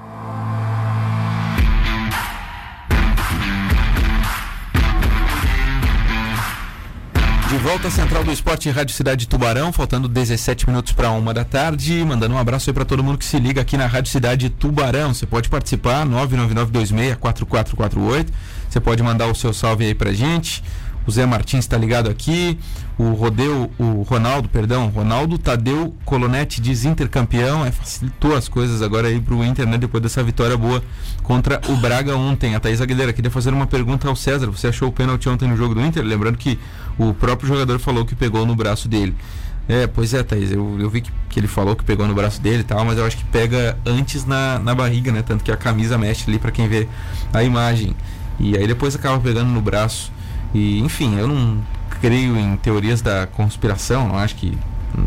De volta à Central do Esporte, Rádio Cidade de Tubarão, faltando 17 minutos para 1 da tarde, mandando um abraço aí para todo mundo que se liga aqui na Rádio Cidade de Tubarão. Você pode participar, 999264448, você pode mandar o seu salve aí pra gente. O Zé Martins está ligado aqui, Ronaldo Tadeu Colonetti diz Inter campeão, facilitou as coisas agora aí pro Inter, né, depois dessa vitória boa contra o Braga ontem. A Thaís Aguilera queria fazer uma pergunta ao César, você achou o pênalti ontem no jogo do Inter? Lembrando que o próprio jogador falou que pegou no braço dele. Pois é, Thaís, eu vi que ele falou que pegou no braço dele e tal, mas eu acho que pega antes na barriga, né, tanto que a camisa mexe ali pra quem vê a imagem, e aí depois acaba pegando no braço. E, enfim, eu não creio em teorias da conspiração, não acho que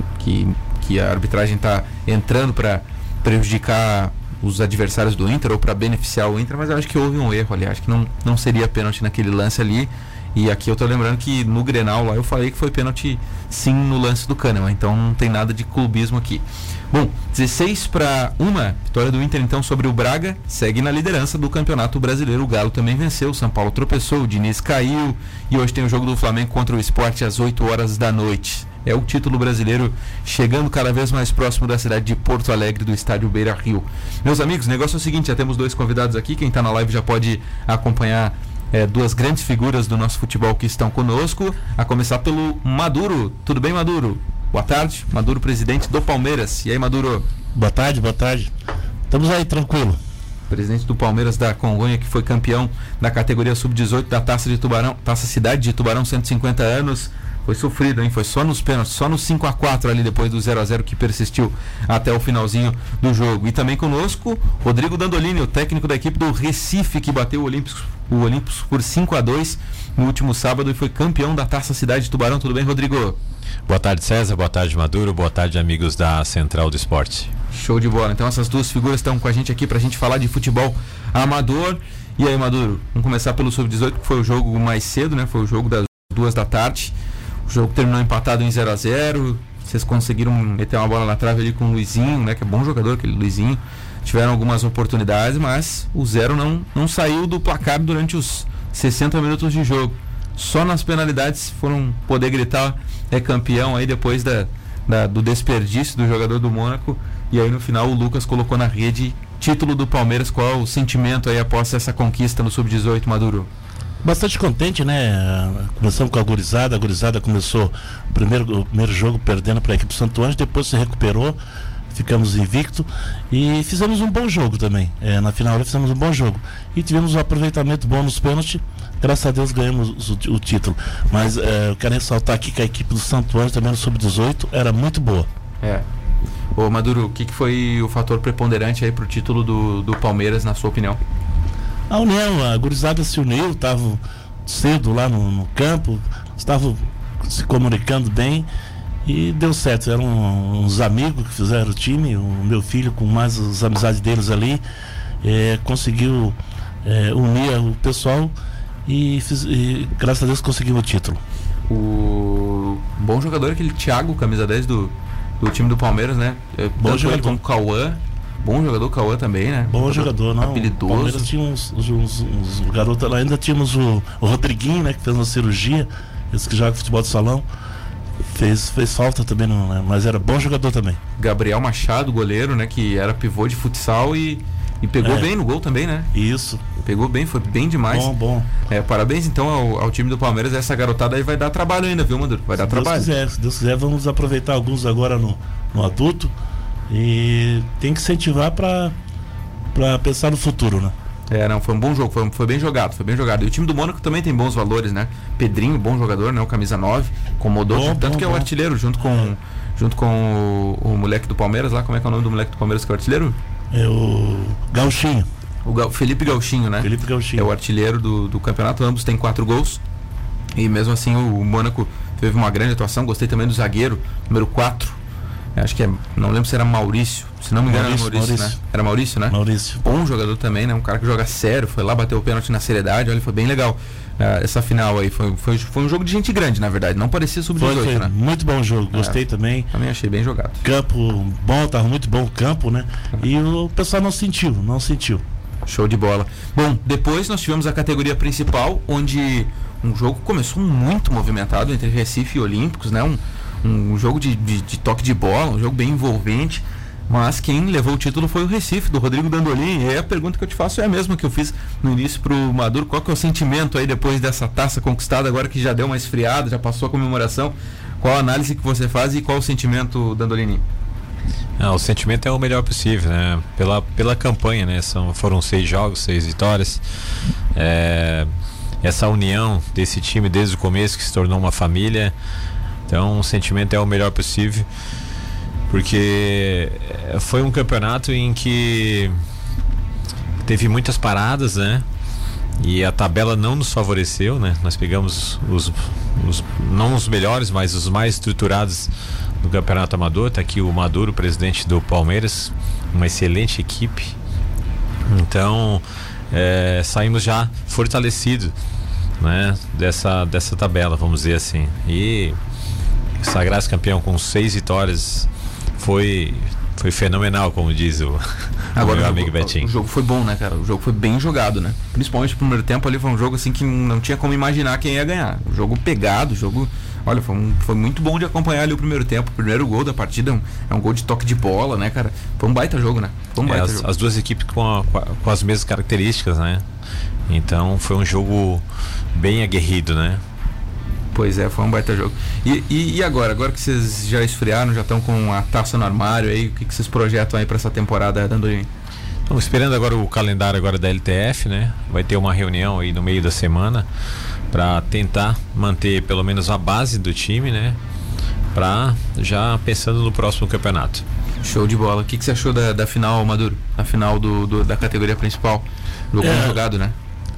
a arbitragem está entrando para prejudicar os adversários do Inter ou para beneficiar o Inter, mas eu acho que houve um erro ali, acho que não seria pênalti naquele lance ali. E aqui eu tô lembrando que no Grenal lá eu falei que foi pênalti sim no lance do Kahneman, então não tem nada de clubismo aqui. Bom, 16-1, vitória do Inter então sobre o Braga, segue na liderança do Campeonato Brasileiro. O Galo também venceu, o São Paulo tropeçou, o Diniz caiu e hoje tem o jogo do Flamengo contra o Sport às 8 horas da noite. É o título brasileiro chegando cada vez mais próximo da cidade de Porto Alegre, do estádio Beira-Rio. Meus amigos, o negócio é o seguinte, já temos 2 convidados aqui, quem está na live já pode acompanhar 2 grandes figuras do nosso futebol que estão conosco, a começar pelo Maduro. Tudo bem, Maduro? Boa tarde, Maduro, presidente do Palmeiras. E aí, Maduro? Boa tarde. Estamos aí, tranquilo. Presidente do Palmeiras da Congonha, que foi campeão da categoria Sub-18 da Taça de Tubarão, Taça Cidade de Tubarão, 150 anos. Foi sofrido, hein? Foi só nos pênaltis, só no 5-4 ali depois do 0-0 que persistiu até o finalzinho do jogo. E também conosco, Rodrigo Dandolini, o técnico da equipe do Recife, que bateu o Olímpicos por 5-2 no último sábado e foi campeão da Taça Cidade de Tubarão. Tudo bem, Rodrigo? Boa tarde, César. Boa tarde, Maduro. Boa tarde, amigos da Central do Esporte. Show de bola. Então essas 2 figuras estão com a gente aqui pra gente falar de futebol amador. E aí, Maduro, vamos começar pelo Sub-18, que foi o jogo mais cedo, né? Foi o jogo das 2 da tarde. O jogo terminou empatado em 0-0. Vocês conseguiram meter uma bola na trave ali com o Luizinho, né? Que é bom jogador, aquele Luizinho. Tiveram algumas oportunidades, mas o 0 não saiu do placar durante os 60 minutos de jogo. Só nas penalidades foram poder gritar campeão aí depois do desperdício do jogador do Mônaco. E aí no final o Lucas colocou na rede título do Palmeiras. Qual é o sentimento aí após essa conquista no Sub-18, Maduro? Bastante contente, né? Começamos com a gurizada começou o primeiro jogo perdendo para a equipe do Santo Ângelo, depois se recuperou, ficamos invicto e fizemos um bom jogo também. Na final fizemos um bom jogo e tivemos um aproveitamento bom nos pênaltis, graças a Deus ganhamos o título. Mas eu quero ressaltar aqui que a equipe do Santo Ângelo também no Sub-18 era muito boa. Ô Maduro, o que foi o fator preponderante aí pro título do Palmeiras, na sua opinião? A união, a gurizada se uniu, estavam cedo lá no campo, estavam se comunicando bem e deu certo. Eram uns amigos que fizeram o time, o meu filho com mais as amizades deles ali, conseguiu unir o pessoal e graças a Deus conseguiu o título. O bom jogador é aquele Thiago, camisa 10 do time do Palmeiras, né? Bom jogador. Como o Cauã. Bom jogador, Cauã também, né? Bom jogador, não. Habilidoso. O Palmeiras tinha uns garotos lá, ainda tínhamos o Rodriguinho, né? Que fez uma cirurgia, esse que joga futebol de salão. Fez falta também, mas era bom jogador também. Gabriel Machado, goleiro, né? Que era pivô de futsal e pegou bem no gol também, né? Isso. Pegou bem, foi bem demais. Bom. Parabéns então ao time do Palmeiras. Essa garotada aí vai dar trabalho ainda, viu, Maduro? Vai dar trabalho. Se Deus quiser, vamos aproveitar alguns agora no adulto. E tem que incentivar para pensar no futuro, né? Foi um bom jogo, foi bem jogado. E o time do Mônaco também tem bons valores, né? Pedrinho, bom jogador, né? O camisa 9, incomodou, tanto que é o artilheiro, junto com o moleque do Palmeiras lá. Como é que é o nome do moleque do Palmeiras que é o artilheiro? É o Gauchinho. Felipe Gauchinho, né? Felipe Gauchinho. É o artilheiro do campeonato, ambos têm 4 gols. E mesmo assim o Mônaco teve uma grande atuação. Gostei também do zagueiro, número 4. Acho que não lembro se era Maurício, se não me engano era Maurício, né? Era Maurício, né? Maurício. Bom jogador também, né? Um cara que joga sério, foi lá, bateu o pênalti na seriedade, olha, foi bem legal. Essa final aí, foi um jogo de gente grande, na verdade, não parecia sub-18, né? Muito bom jogo, gostei também. Também achei bem jogado. Campo bom, tava muito bom o campo, né? E o pessoal não sentiu. Show de bola. Bom, depois nós tivemos a categoria principal, onde um jogo começou muito movimentado entre Recife e Olímpicos, né? Um jogo de toque de bola, um jogo bem envolvente, mas quem levou o título foi o Recife, do Rodrigo Dandolin. E a pergunta que eu te faço é a mesma que eu fiz no início pro Maduro: qual que é o sentimento aí depois dessa taça conquistada, agora que já deu uma esfriada, já passou a comemoração? Qual a análise que você faz e qual o sentimento, Dandolini? O sentimento é o melhor possível, né? Pela campanha, né? Foram 6 jogos, 6 vitórias. Essa união desse time desde o começo, que se tornou uma família. Então o sentimento é o melhor possível, porque foi um campeonato em que teve muitas paradas, né? E a tabela não nos favoreceu, né? Nós pegamos não os melhores, mas os mais estruturados do campeonato amador. Tá aqui o Maduro, presidente do Palmeiras, uma excelente equipe. Então saímos já fortalecidos, né? Dessa tabela, vamos dizer assim. E sagrar-se campeão com 6 vitórias foi fenomenal, como diz o meu amigo Betinho. O jogo foi bom, né, cara? O jogo foi bem jogado, né? Principalmente no primeiro tempo ali, foi um jogo assim que não tinha como imaginar quem ia ganhar. O jogo pegado, olha, foi muito bom de acompanhar ali o primeiro tempo. O primeiro gol da partida é um gol de toque de bola, né, cara? Foi um baita jogo, né? As duas equipes com as mesmas características, né? Então foi um jogo bem aguerrido, né? Pois é, foi um baita jogo. E agora que vocês já esfriaram, já estão com a taça no armário aí, o que vocês projetam aí para essa temporada, Dandolini? Estamos esperando agora o calendário agora da LTF, né? Vai ter uma reunião aí no meio da semana para tentar manter pelo menos a base do time, né? Para já pensando no próximo campeonato. Show de bola. O que você achou da final, Maduro? A final da categoria principal? Jogo bem jogado, né?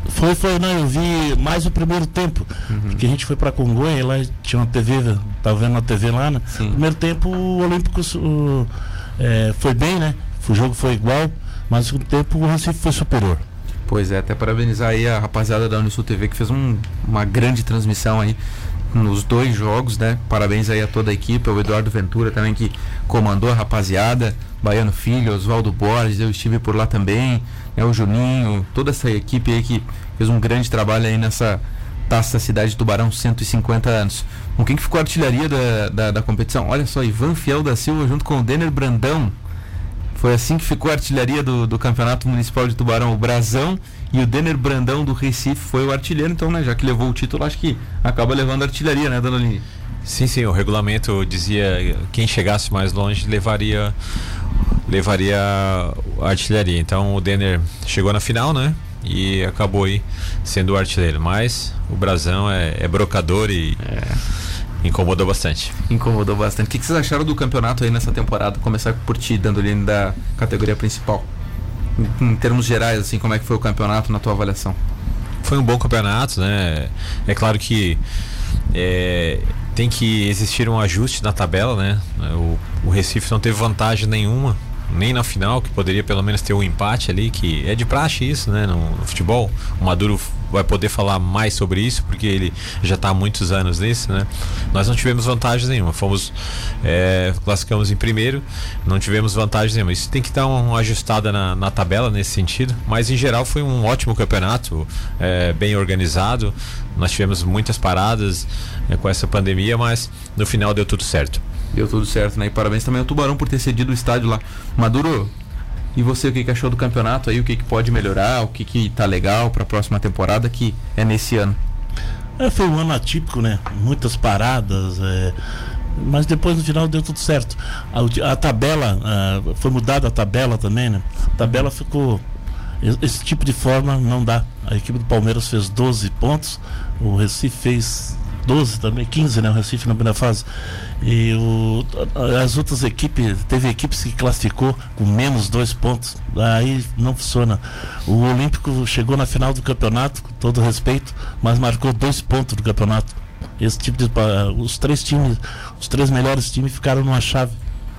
Eu vi mais o primeiro tempo, porque a gente foi pra Congonha e lá tinha uma TV, tava vendo uma TV lá, né? No primeiro tempo o Olímpicos foi bem, né? O jogo foi igual, mas no segundo tempo o Recife foi superior. Pois é, até parabenizar aí a rapaziada da Unisul TV, que fez uma grande transmissão aí nos 2 jogos, né? Parabéns aí a toda a equipe, ao Eduardo Ventura também, que comandou a rapaziada, Baiano Filho, Oswaldo Borges, eu estive por lá também, o Juninho, toda essa equipe aí que fez um grande trabalho aí nessa Taça Cidade de Tubarão, 150 anos. Com quem que ficou a artilharia da competição? Olha só, Ivan Fiel da Silva junto com o Denner Brandão. Foi assim que ficou a artilharia do Campeonato Municipal de Tubarão. O Brazão e o Denner Brandão do Recife foi o artilheiro, então, né? Já que levou o título, acho que acaba levando a artilharia, né, Dandolini? Sim, o regulamento dizia quem chegasse mais longe levaria a artilharia. Então o Denner chegou na final, né? E acabou aí sendo o artilheiro. Mas o Brazão é brocador e incomodou bastante. O que vocês acharam do campeonato aí nessa temporada? Começar por ti, Dandolini, da categoria principal. Em termos gerais, assim, como é que foi o campeonato na tua avaliação? Foi um bom campeonato, né? É claro que tem que existir um ajuste na tabela, né? O Recife não teve vantagem nenhuma, nem na final, que poderia pelo menos ter um empate ali, que é de praxe isso, né? No futebol. O Maduro vai poder falar mais sobre isso, porque ele já está há muitos anos nisso, né? Nós não tivemos vantagem nenhuma, classificamos em primeiro, não tivemos vantagem nenhuma. Isso tem que dar uma ajustada na tabela nesse sentido, mas em geral foi um ótimo campeonato, bem organizado. Nós tivemos muitas paradas com essa pandemia, mas no final deu tudo certo. Deu tudo certo, né? E parabéns também ao Tubarão por ter cedido o estádio lá. Maduro, e você, o que achou do campeonato aí? O que pode melhorar? O que tá legal para a próxima temporada, que é nesse ano? Foi um ano atípico, né? Muitas paradas, mas depois no final deu tudo certo. A tabela, foi mudada a tabela também, né? A tabela ficou... Esse tipo de forma não dá. A equipe do Palmeiras fez 12 pontos, o Recife fez 12 também, 15, né? O Recife na primeira fase. E as outras equipes, teve equipes que classificou com menos 2 pontos. Aí não funciona. O Olímpico chegou na final do campeonato, com todo respeito, mas marcou 2 pontos do campeonato. Esse tipo de, os 3 melhores times ficaram numa chave.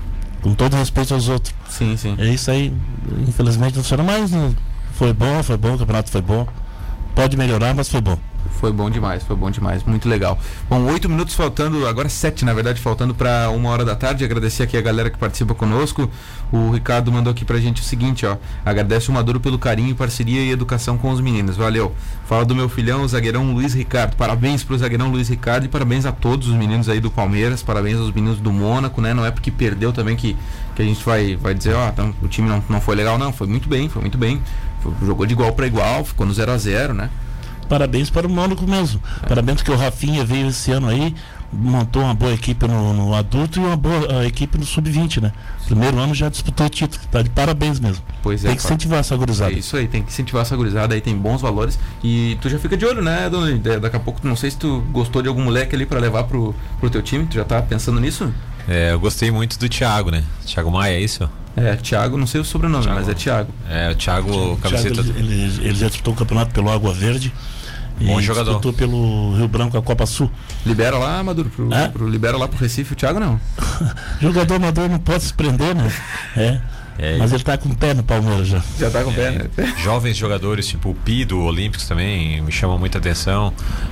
com todo respeito aos outros. Sim. É isso aí, infelizmente não funciona, mas foi bom, o campeonato foi bom. Pode melhorar, mas foi bom. Foi bom demais, muito legal. Bom, 8 minutos faltando, agora 7 na verdade, faltando para 1h da tarde. Agradecer aqui a galera que participa conosco. O Ricardo mandou aqui pra gente o seguinte, ó: agradece o Maduro pelo carinho, parceria e educação com os meninos, valeu. Fala do meu filhão, o zagueirão Luiz Ricardo. Parabéns pro zagueirão Luiz Ricardo e parabéns a todos os meninos aí do Palmeiras, parabéns aos meninos do Mônaco, né? Não é porque perdeu também que a gente vai dizer, então, o time não foi legal, não, foi muito bem. Jogou de igual para igual, ficou no 0-0, né? Parabéns para o Mônaco mesmo. Parabéns que o Rafinha veio esse ano aí, montou uma boa equipe no adulto e uma boa equipe no sub-20, né? Primeiro ano já disputou o título, tá de parabéns mesmo. Pois tem que incentivar essa gurizada. É isso aí, tem que incentivar essa gurizada aí, tem bons valores. E tu já fica de olho, né, Dona? Daqui a pouco, não sei se tu gostou de algum moleque ali para levar pro teu time, tu já tá pensando nisso? Eu gostei muito do Thiago, né? Thiago Maia, é isso? Thiago, não sei o sobrenome, Thiago, mas é Thiago. O Thiago, camiseta. Ele já disputou o campeonato pelo Água Verde. Bom jogador. Disputou pelo Rio Branco a Copa Sul. Libera lá, Maduro, libera lá pro Recife o Thiago, não. Jogador amador não pode se prender, né? Mas ele tá com o pé no Palmeiras já. Já tá com o pé, né? Jovens jogadores, tipo o Pi do Olímpicos também, me chamam muita atenção.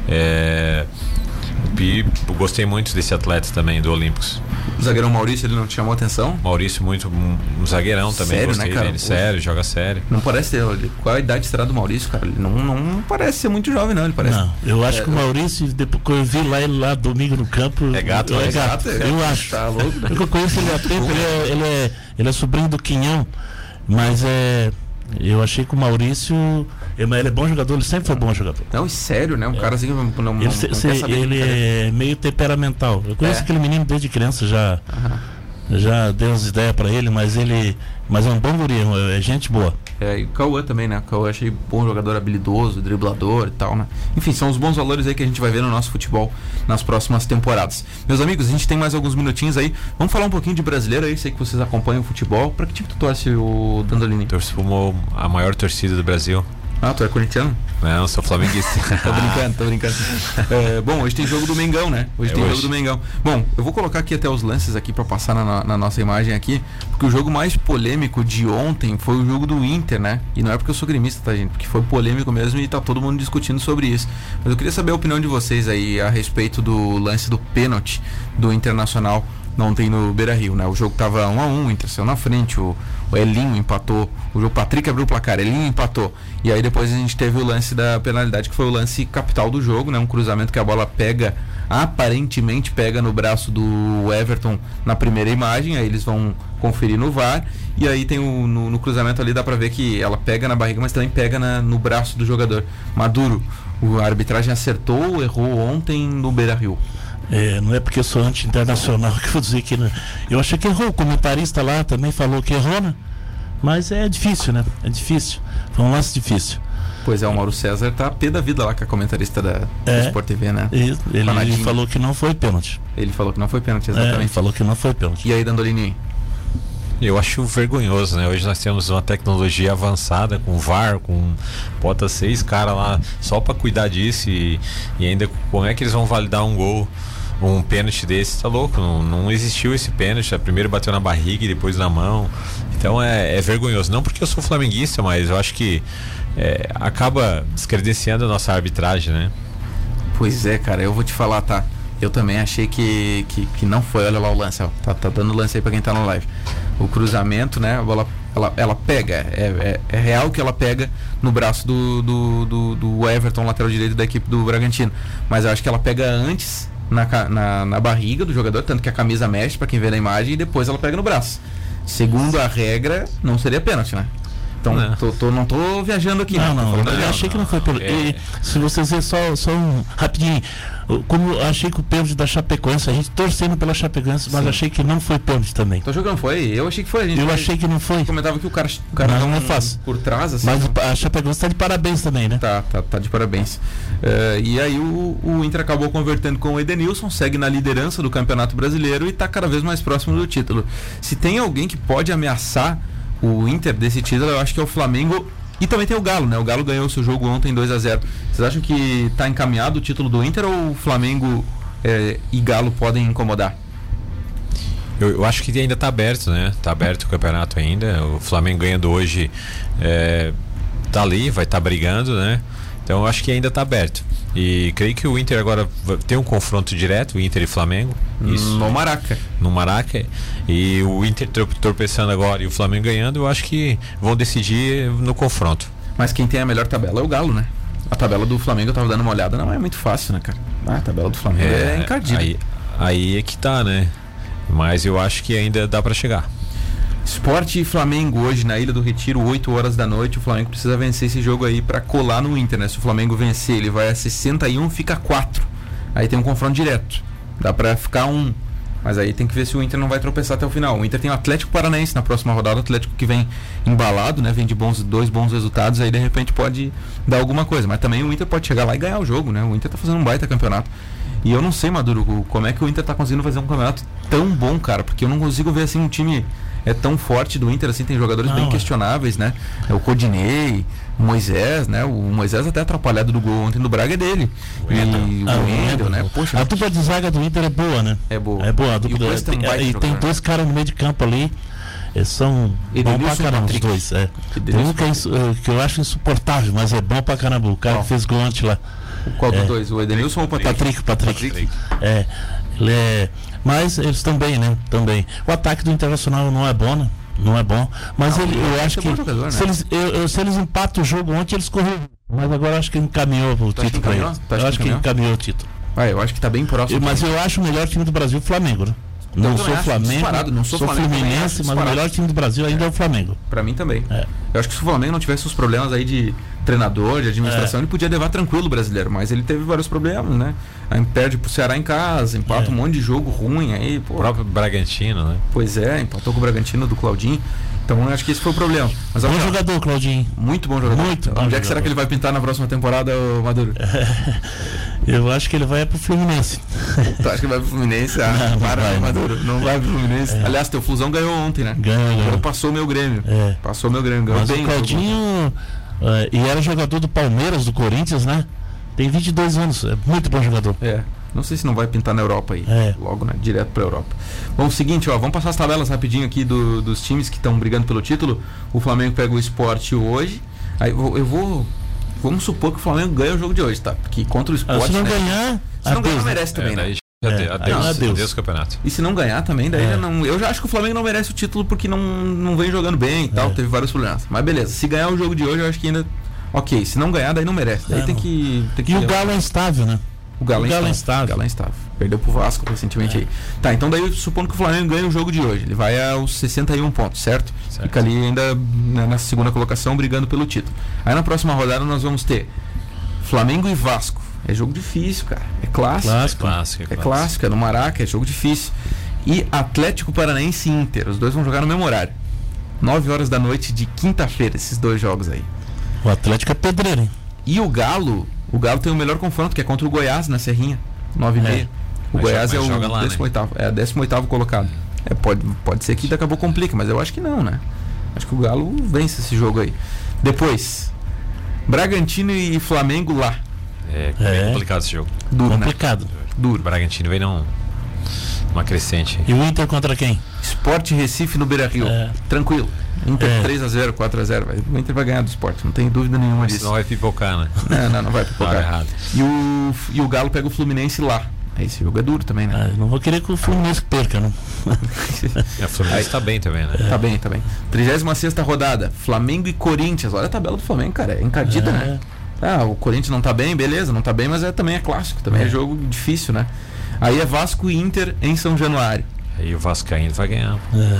O Pi, gostei muito desse atleta também do Olímpicos. O zagueirão Maurício, ele não te chamou atenção? Maurício, muito um zagueirão também. Sério, gostei, né, cara? dele. Sério, joga sério. Não parece ter. Qual a idade será do Maurício, cara? Ele não parece ser muito jovem, não. Ele parece. Não, eu acho que o Maurício, depois que eu vi ele lá domingo no campo. É gato, é gato. Eu acho. Tá louco? Porque eu conheço ele há tempo, ele é sobrinho do Quinhão, mas eu achei que o Maurício, ele é bom jogador, ele sempre foi bom jogador. Não, sério, né? Um cara assim não quer saber. Ele é meio temperamental. Eu conheço aquele menino desde criança, já dei umas ideias pra ele, mas é um bom guri, é gente boa. E o Cauã também, né? O Cauã achei bom jogador, habilidoso, driblador e tal, né? Enfim, são os bons valores aí que a gente vai ver no nosso futebol nas próximas temporadas. Meus amigos, a gente tem mais alguns minutinhos aí. Vamos falar um pouquinho de brasileiro aí, sei que vocês acompanham o futebol. Pra que time tu torce, o Dandolini? Torço a maior torcida do Brasil. Tu é corintiano? Não, sou flamenguista. Tô brincando. Bom, hoje tem jogo do Mengão, né? Jogo do Mengão. Bom, eu vou colocar aqui até os lances aqui pra passar na nossa imagem aqui, porque o jogo mais polêmico de ontem foi o jogo do Inter, né? E não é porque eu sou gremista, tá, gente? Porque foi polêmico mesmo e tá todo mundo discutindo sobre isso. Mas eu queria saber a opinião de vocês aí a respeito do lance do pênalti do Internacional ontem no Beira-Rio, né? O jogo tava 1-1, o Inter saiu na frente, o Elinho empatou, o jogo Patrick abriu o placar, Elinho empatou, e aí depois a gente teve o lance da penalidade, que foi o lance capital do jogo, né? Um cruzamento que a bola aparentemente pega no braço do Everton na primeira imagem, aí eles vão conferir no VAR, e aí tem no cruzamento ali, dá pra ver que ela pega na barriga, mas também pega no braço do jogador. Maduro, a arbitragem acertou ou errou ontem no Beira-Rio? Não é porque eu sou anti-internacional que eu vou dizer que não. Eu achei que errou, o comentarista lá também falou que errou, né? Mas é difícil, né? É difícil, foi um lance difícil. Pois é, o Mauro César tá pé da vida lá com a comentarista da Sport TV, né? Ele falou que não foi pênalti. Ele falou que não foi pênalti, exatamente. Ele falou que não foi pênalti. E aí, Dandolini? Eu acho vergonhoso, né? Hoje nós temos uma tecnologia avançada com VAR, bota 6 caras lá só pra cuidar disso e ainda como é que eles vão validar um pênalti desse? Tá louco, não existiu esse pênalti, primeiro bateu na barriga e depois na mão, então é vergonhoso, não porque eu sou flamenguista, mas eu acho que acaba descredenciando a nossa arbitragem, né? Pois é, cara, eu vou te falar, tá? Eu também achei que não foi. Olha lá o lance, ó. Tá dando lance aí pra quem tá na live. O cruzamento, né? A bola, ela pega. É real que ela pega no braço do Everton, lateral direito da equipe do Bragantino. Mas eu acho que ela pega antes na barriga do jogador, tanto que a camisa mexe pra quem vê na imagem, e depois ela pega no braço. Segundo a regra, não seria pênalti, né? Então, não tô viajando aqui. Não, eu achei que não foi pênalti. E se vocês verem só um rapidinho, como eu achei que o pênalti da Chapecoense, a gente torcendo pela Chapecoense, mas achei que não foi pênalti também. Tô jogando, foi? Eu achei que foi. Achei que não foi. Comentava que o cara não é fácil. Por trás, assim. Mas a Chapecoense tá de parabéns também, né? Tá de parabéns. E aí o Inter acabou convertendo com o Edenilson, segue na liderança do Campeonato Brasileiro e tá cada vez mais próximo do título. Se tem alguém que pode ameaçar o Inter desse título, eu acho que é o Flamengo. E também tem o Galo, né? O Galo ganhou o seu jogo ontem 2-0. Vocês acham que tá encaminhado o título do Inter ou o Flamengo e Galo podem incomodar? Eu acho que ainda tá aberto, né? Tá aberto o campeonato ainda. O Flamengo ganhando hoje tá ali, vai estar brigando, né? Então eu acho que ainda tá aberto. E creio que o Inter agora tem um confronto direto, o Inter e Flamengo. Isso. No Maraca. No Maraca. E o Inter tropeçando agora e o Flamengo ganhando, eu acho que vão decidir no confronto. Mas quem tem a melhor tabela é o Galo, né? A tabela do Flamengo, eu tava dando uma olhada, não é muito fácil, né, cara? A tabela do Flamengo é encardida. Aí é que tá, né? Mas eu acho que ainda dá pra chegar. Sport e Flamengo hoje na Ilha do Retiro, 8 horas da noite. O Flamengo precisa vencer esse jogo aí pra colar no Inter, né? Se o Flamengo vencer, ele vai a 61, fica 4. Aí tem um confronto direto. Dá pra ficar 1. Mas aí tem que ver se o Inter não vai tropeçar até o final. O Inter tem o Atlético Paranaense na próxima rodada. O Atlético que vem embalado, né? Vem de dois bons resultados. Aí de repente pode dar alguma coisa. Mas também o Inter pode chegar lá e ganhar o jogo, né? O Inter tá fazendo um baita campeonato. E eu não sei, Maduro, como é que o Inter tá conseguindo fazer um campeonato tão bom, cara. Porque eu não consigo ver assim um time tão forte do Inter, assim, tem jogadores bem questionáveis, né? O Codinei, o Moisés, né? O Moisés até atrapalhado do gol ontem do Braga é dele. O Wendel, né? Poxa, a dupla de zaga do Inter é boa, né? É boa. É boa. A dupla e tem dois caras no meio de campo ali. Eles são bons pra caramba, os dois. Tem um que eu acho insuportável, mas é bom pra caramba. O cara que fez gol antes lá. Qual dos dois? O Edenilson ou o Patrick? Patrick. Ele é. Mas eles também, né? Também. O ataque do Internacional não é bom, né? Não é bom. Mas eu acho que jogador, né? se eles empatam o jogo ontem, eles correram. Mas agora eu acho que encaminhou o título pra eles. Eu acho que encaminhou o título. Eu acho que tá bem próximo. Mas eu acho o melhor time do Brasil o Flamengo, né? Não sou Flamengo, não sou Fluminense, mas o melhor time do Brasil ainda é o Flamengo. Pra mim também. Eu acho que se o Flamengo não tivesse os problemas aí de treinador, de administração, ele podia levar tranquilo o brasileiro, mas ele teve vários problemas, né? Aí perde pro Ceará em casa, empata um monte de jogo ruim aí, pô. O próprio Bragantino, né? Pois é, empatou com o Bragantino do Claudinho. Então eu acho que esse foi o problema. Mas, bom jogador, Claudinho. Muito bom jogador. Onde é que será que ele vai pintar na próxima temporada, Maduro? Eu acho que ele vai pro Fluminense. Tu acha que vai pro Fluminense? Não vai, Maduro. Não vai pro Fluminense. Aliás, teu Flusão ganhou ontem, né? Ganhou. Passou o meu Grêmio. Passou o meu Grêmio. Mas bem, o Claudinho e era jogador do Palmeiras, do Corinthians, né? Tem 22 anos. É muito bom jogador. Não sei se não vai pintar na Europa aí. Logo, né? Direto pra Europa. Bom, seguinte, vamos passar as tabelas rapidinho aqui dos times que estão brigando pelo título. O Flamengo pega o Sport hoje. Aí vamos supor que o Flamengo ganha o jogo de hoje, tá? Porque contra o Sport. Se não ganhar. Se não ganhar, merece também, né? Adeus o campeonato. E se não ganhar também, daí eu já acho que o Flamengo não merece o título porque não vem jogando bem e tal, teve vários problemas. Mas beleza, se ganhar o jogo de hoje, eu acho que ainda. Ok, se não ganhar, daí não merece. Daí tem que e o Galo é instável, né? O Galo é instável. Perdeu pro Vasco recentemente aí. Tá, então daí supondo que o Flamengo ganha o jogo de hoje, ele vai aos 61 pontos, certo? Fica ali ainda na segunda colocação brigando pelo título. Aí na próxima rodada nós vamos ter Flamengo e Vasco. É jogo difícil, cara. É clássico. É clássico, é no Maraca, é jogo difícil. E Atlético Paranaense e Inter. Os dois vão jogar no mesmo horário. 9 horas da noite de quinta-feira, esses dois jogos aí. O Atlético é pedreiro, hein? E o Galo tem o melhor confronto, que é contra o Goiás na Serrinha, 9h30. O Goiás é o 18º, é 18º colocado. Pode ser que daqui a pouco complica, mas eu acho que não, né? Acho que o Galo vence esse jogo aí. Depois, Bragantino e Flamengo lá. É bem complicado esse jogo. Duro, complicado. Né? Duro. O Bragantino vem numa crescente. E o Inter contra quem? Sport Recife no Beira-Rio. Tranquilo. Inter 3x0, 4x0. O Inter vai ganhar do Sport, não tem dúvida nenhuma disso. Não vai pipocar, né? Não vai pipocar. Errado. E o Galo pega o Fluminense lá. Esse jogo é duro também, né? Não vou querer que o Fluminense perca, não. O Fluminense tá bem também, né? Tá bem. 36ª rodada, Flamengo e Corinthians. Olha a tabela do Flamengo, cara, é encardida, né? O Corinthians não tá bem, beleza, não tá bem, mas também é clássico, também é jogo difícil, né? Aí é Vasco e Inter em São Januário. Aí o Vascaíno vai ganhar.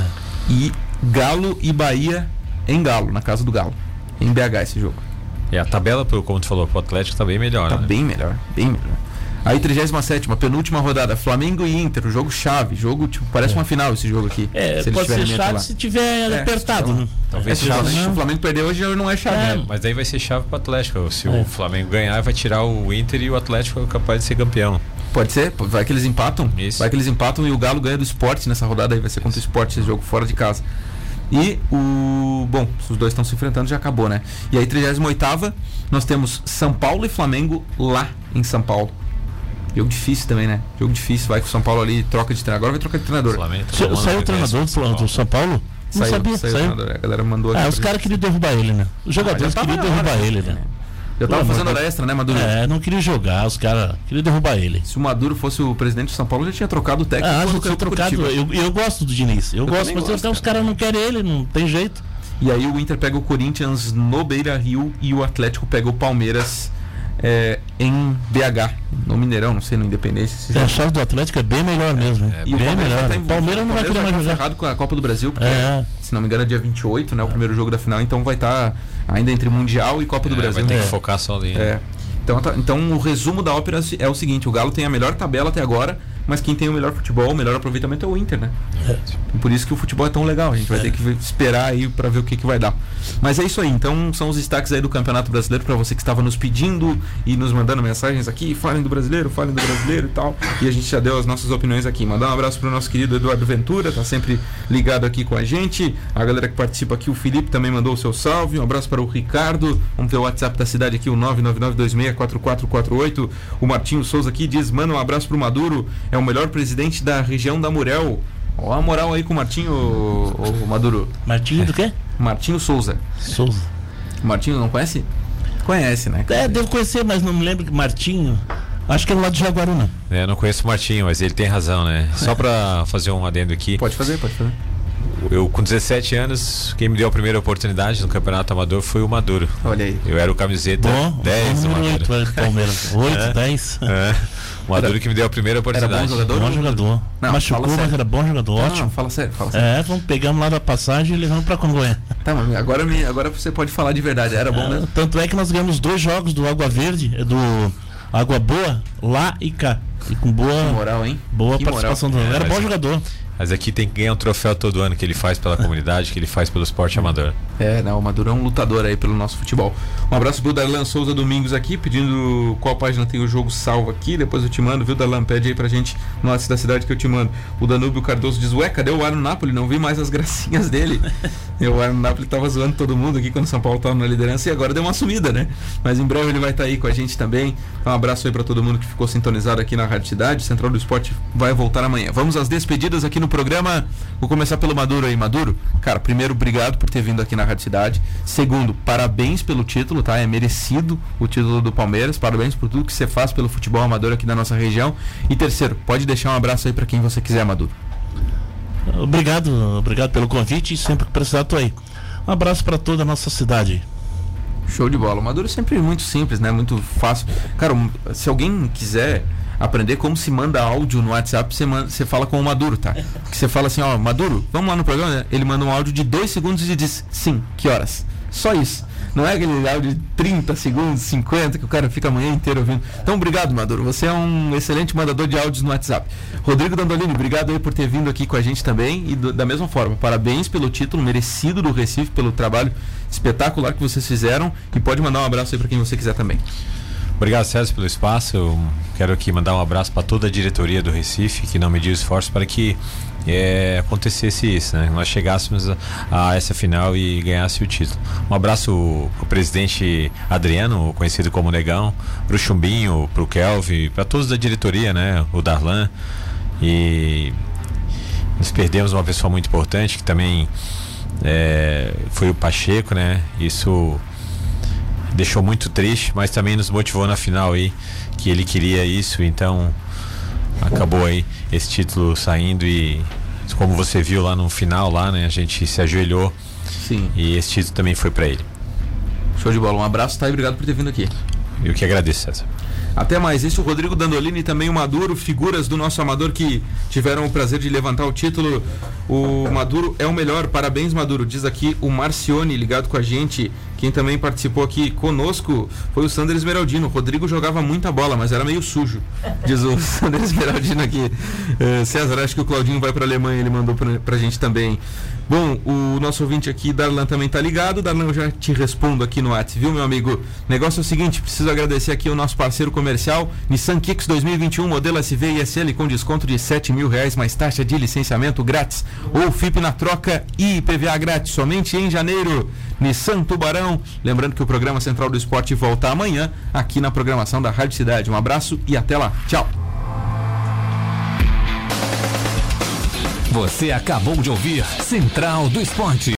E Galo e Bahia em Galo, na casa do Galo. Em BH esse jogo. A tabela, como tu falou, pro Atlético tá bem melhor, né? Bem melhor. Aí 37ª, penúltima rodada, Flamengo e Inter, o jogo chave, jogo tipo, parece uma final esse jogo aqui. Pode ser chave se tiver apertado, né? Talvez chave. Se o Flamengo perder hoje não é chave. Mas daí vai ser chave pro Atlético. Se o Flamengo ganhar, vai tirar o Inter e o Atlético é capaz de ser campeão. Pode ser, vai que eles empatam. Isso. Vai que eles empatam e o Galo ganha do Sport nessa rodada aí, vai ser contra o Sport esse jogo fora de casa. E bom, se os dois estão se enfrentando já acabou, né? E aí 38ª, nós temos São Paulo e Flamengo lá em São Paulo. Jogo difícil também, né? Jogo difícil, vai com o São Paulo ali, troca de treinador. Agora vai trocar de treinador. Saiu o treinador do São Paulo? Não sabia, saiu. A galera mandou aqui. Os caras queriam derrubar ele, né? Os jogadores queriam derrubar ele, né? Já tava fazendo hora extra, né, Maduro? Não queria jogar, os caras queriam derrubar ele. Se o Maduro fosse o presidente de São Paulo, já tinha trocado o técnico. Já tinha trocado. Eu gosto do Diniz. Eu gosto, mas até os caras não querem ele, não tem jeito. E aí o Inter pega o Corinthians no Beira-Rio e o Atlético pega o Palmeiras em BH, no Mineirão, não sei, no Independência. A chave do Atlético é bem melhor mesmo. E bem melhor. O Palmeiras não vai querer mais jogar. Errado com a Copa do Brasil, porque, se não me engano, é dia 28, né? O primeiro jogo da final, então vai estar ainda entre Mundial e Copa do Brasil. Vai ter que focar só ali. Então o resumo da ópera é o seguinte: o Galo tem a melhor tabela até agora, mas quem tem o melhor futebol, o melhor aproveitamento é o Inter, né? Por isso que o futebol é tão legal. A gente vai ter que esperar aí pra ver o que vai dar. Mas é isso aí. Então são os destaques aí do Campeonato Brasileiro pra você que estava nos pedindo e nos mandando mensagens aqui. Falem do brasileiro e tal. E a gente já deu as nossas opiniões aqui. Mandar um abraço pro nosso querido Eduardo Ventura, tá sempre ligado aqui com a gente. A galera que participa aqui, o Felipe também mandou o seu salve. Um abraço para o Ricardo. Vamos ter o WhatsApp da cidade aqui, o 999264448. O Martinho Souza aqui diz: manda um abraço pro Maduro. É o melhor presidente da região da Murel. Ó a moral aí com o Martinho, o Maduro. Martinho do quê? Martinho Souza. Martinho não conhece? Conhece, né? Devo conhecer, mas não me lembro que Martinho. Acho que é lá de Jaguaruna. Eu não conheço o Martinho, mas ele tem razão, né? Só pra fazer um adendo aqui. Pode fazer. Eu, com 17 anos, quem me deu a primeira oportunidade no Campeonato Amador foi o Maduro. Olha aí. Eu era o camiseta 10 do Maduro. 8, 10. O Maduro que me deu a primeira oportunidade. Era bom jogador? Não, machucou, mas era bom jogador, ótimo. Não, fala sério. Pegamos lá da passagem e levamos pra Congonha. Tá, mas agora você pode falar de verdade, era bom mesmo? Tanto é que nós ganhamos 2 jogos do Água Verde, do Água Boa, lá e cá. E com boa moral, hein? Boa participação do Era bom jogador. Mas aqui tem que ganhar um troféu todo ano que ele faz pela comunidade, que ele faz pelo esporte amador. O Maduro é um lutador aí pelo nosso futebol. Um abraço pro Darlan Souza Domingos aqui, pedindo qual página tem o jogo salvo aqui. Depois eu te mando, viu, Darlan? Pede aí pra gente no WhatsApp da cidade que eu te mando. O Danúbio Cardoso diz: cadê o Arno Napoli? Não vi mais as gracinhas dele. O Arno Napoli tava zoando todo mundo aqui quando o São Paulo tava na liderança e agora deu uma sumida, né? Mas em breve ele vai estar aí com a gente também. Um abraço aí pra todo mundo que ficou sintonizado aqui na Rádio Cidade. Central do Esporte vai voltar amanhã. Vamos às despedidas aqui no programa. Vou começar pelo Maduro aí. Maduro, cara, primeiro, obrigado por ter vindo aqui na Rádio Cidade. Segundo, parabéns pelo título, tá? É merecido o título do Palmeiras. Parabéns por tudo que você faz pelo futebol amador aqui da nossa região. E terceiro, pode deixar um abraço aí pra quem você quiser, Maduro. Obrigado pelo convite e sempre que precisar tô aí. Um abraço pra toda a nossa cidade. Show de bola. O Maduro é sempre muito simples, né? Muito fácil. Cara, se alguém quiser aprender como se manda áudio no WhatsApp, você fala com o Maduro, tá? Que você fala assim: Maduro, vamos lá no programa? Ele manda um áudio de 2 segundos e diz: sim, que horas? Só isso. Não é aquele áudio de 30 segundos, 50, que o cara fica a manhã inteira ouvindo. Então, obrigado, Maduro. Você é um excelente mandador de áudios no WhatsApp. Rodrigo Dandolini, obrigado aí por ter vindo aqui com a gente também. E da mesma forma, parabéns pelo título merecido do Recife, pelo trabalho espetacular que vocês fizeram. E pode mandar um abraço aí para quem você quiser também. Obrigado, César, pelo espaço. Eu quero aqui mandar um abraço para toda a diretoria do Recife, que não mediu esforço para que acontecesse isso, né? Nós chegássemos a essa final e ganhasse o título. Um abraço pro presidente Adriano, conhecido como Negão, pro Chumbinho, pro Kelvin, para todos da diretoria, né? O Darlan. E nós perdemos uma pessoa muito importante, que também foi o Pacheco, né? Isso deixou muito triste, mas também nos motivou na final aí, que ele queria isso, então acabou aí esse título saindo e como você viu lá no final lá, né, a gente se ajoelhou. Sim. E esse título também foi pra ele. Show de bola, um abraço, tá? E obrigado por ter vindo aqui. Eu que agradeço, César. Até mais. Esse é o Rodrigo Dandolini e também o Maduro, figuras do nosso amador que tiveram o prazer de levantar o título. O Maduro é o melhor. Parabéns, Maduro. Diz aqui o Marcione, ligado com a gente. Quem também participou aqui conosco foi o Sander Esmeraldino. O Rodrigo jogava muita bola, mas era meio sujo, diz o Sander Esmeraldino aqui. César, acho que o Claudinho vai pra Alemanha, ele mandou pra gente também. Bom, o nosso ouvinte aqui, Darlan, também tá ligado. Darlan, eu já te respondo aqui no WhatsApp, viu, meu amigo? O negócio é o seguinte, preciso agradecer aqui o nosso parceiro comercial, Nissan Kicks 2021, modelo SV e SL com desconto de R$7 mil, mais taxa de licenciamento grátis, ou FIP na troca e IPVA grátis, somente em janeiro. Nissan Tubarão. Lembrando que o programa Central do Esporte volta amanhã, aqui na programação da Rádio Cidade. Um abraço e até lá. Tchau. Você acabou de ouvir Central do Esporte.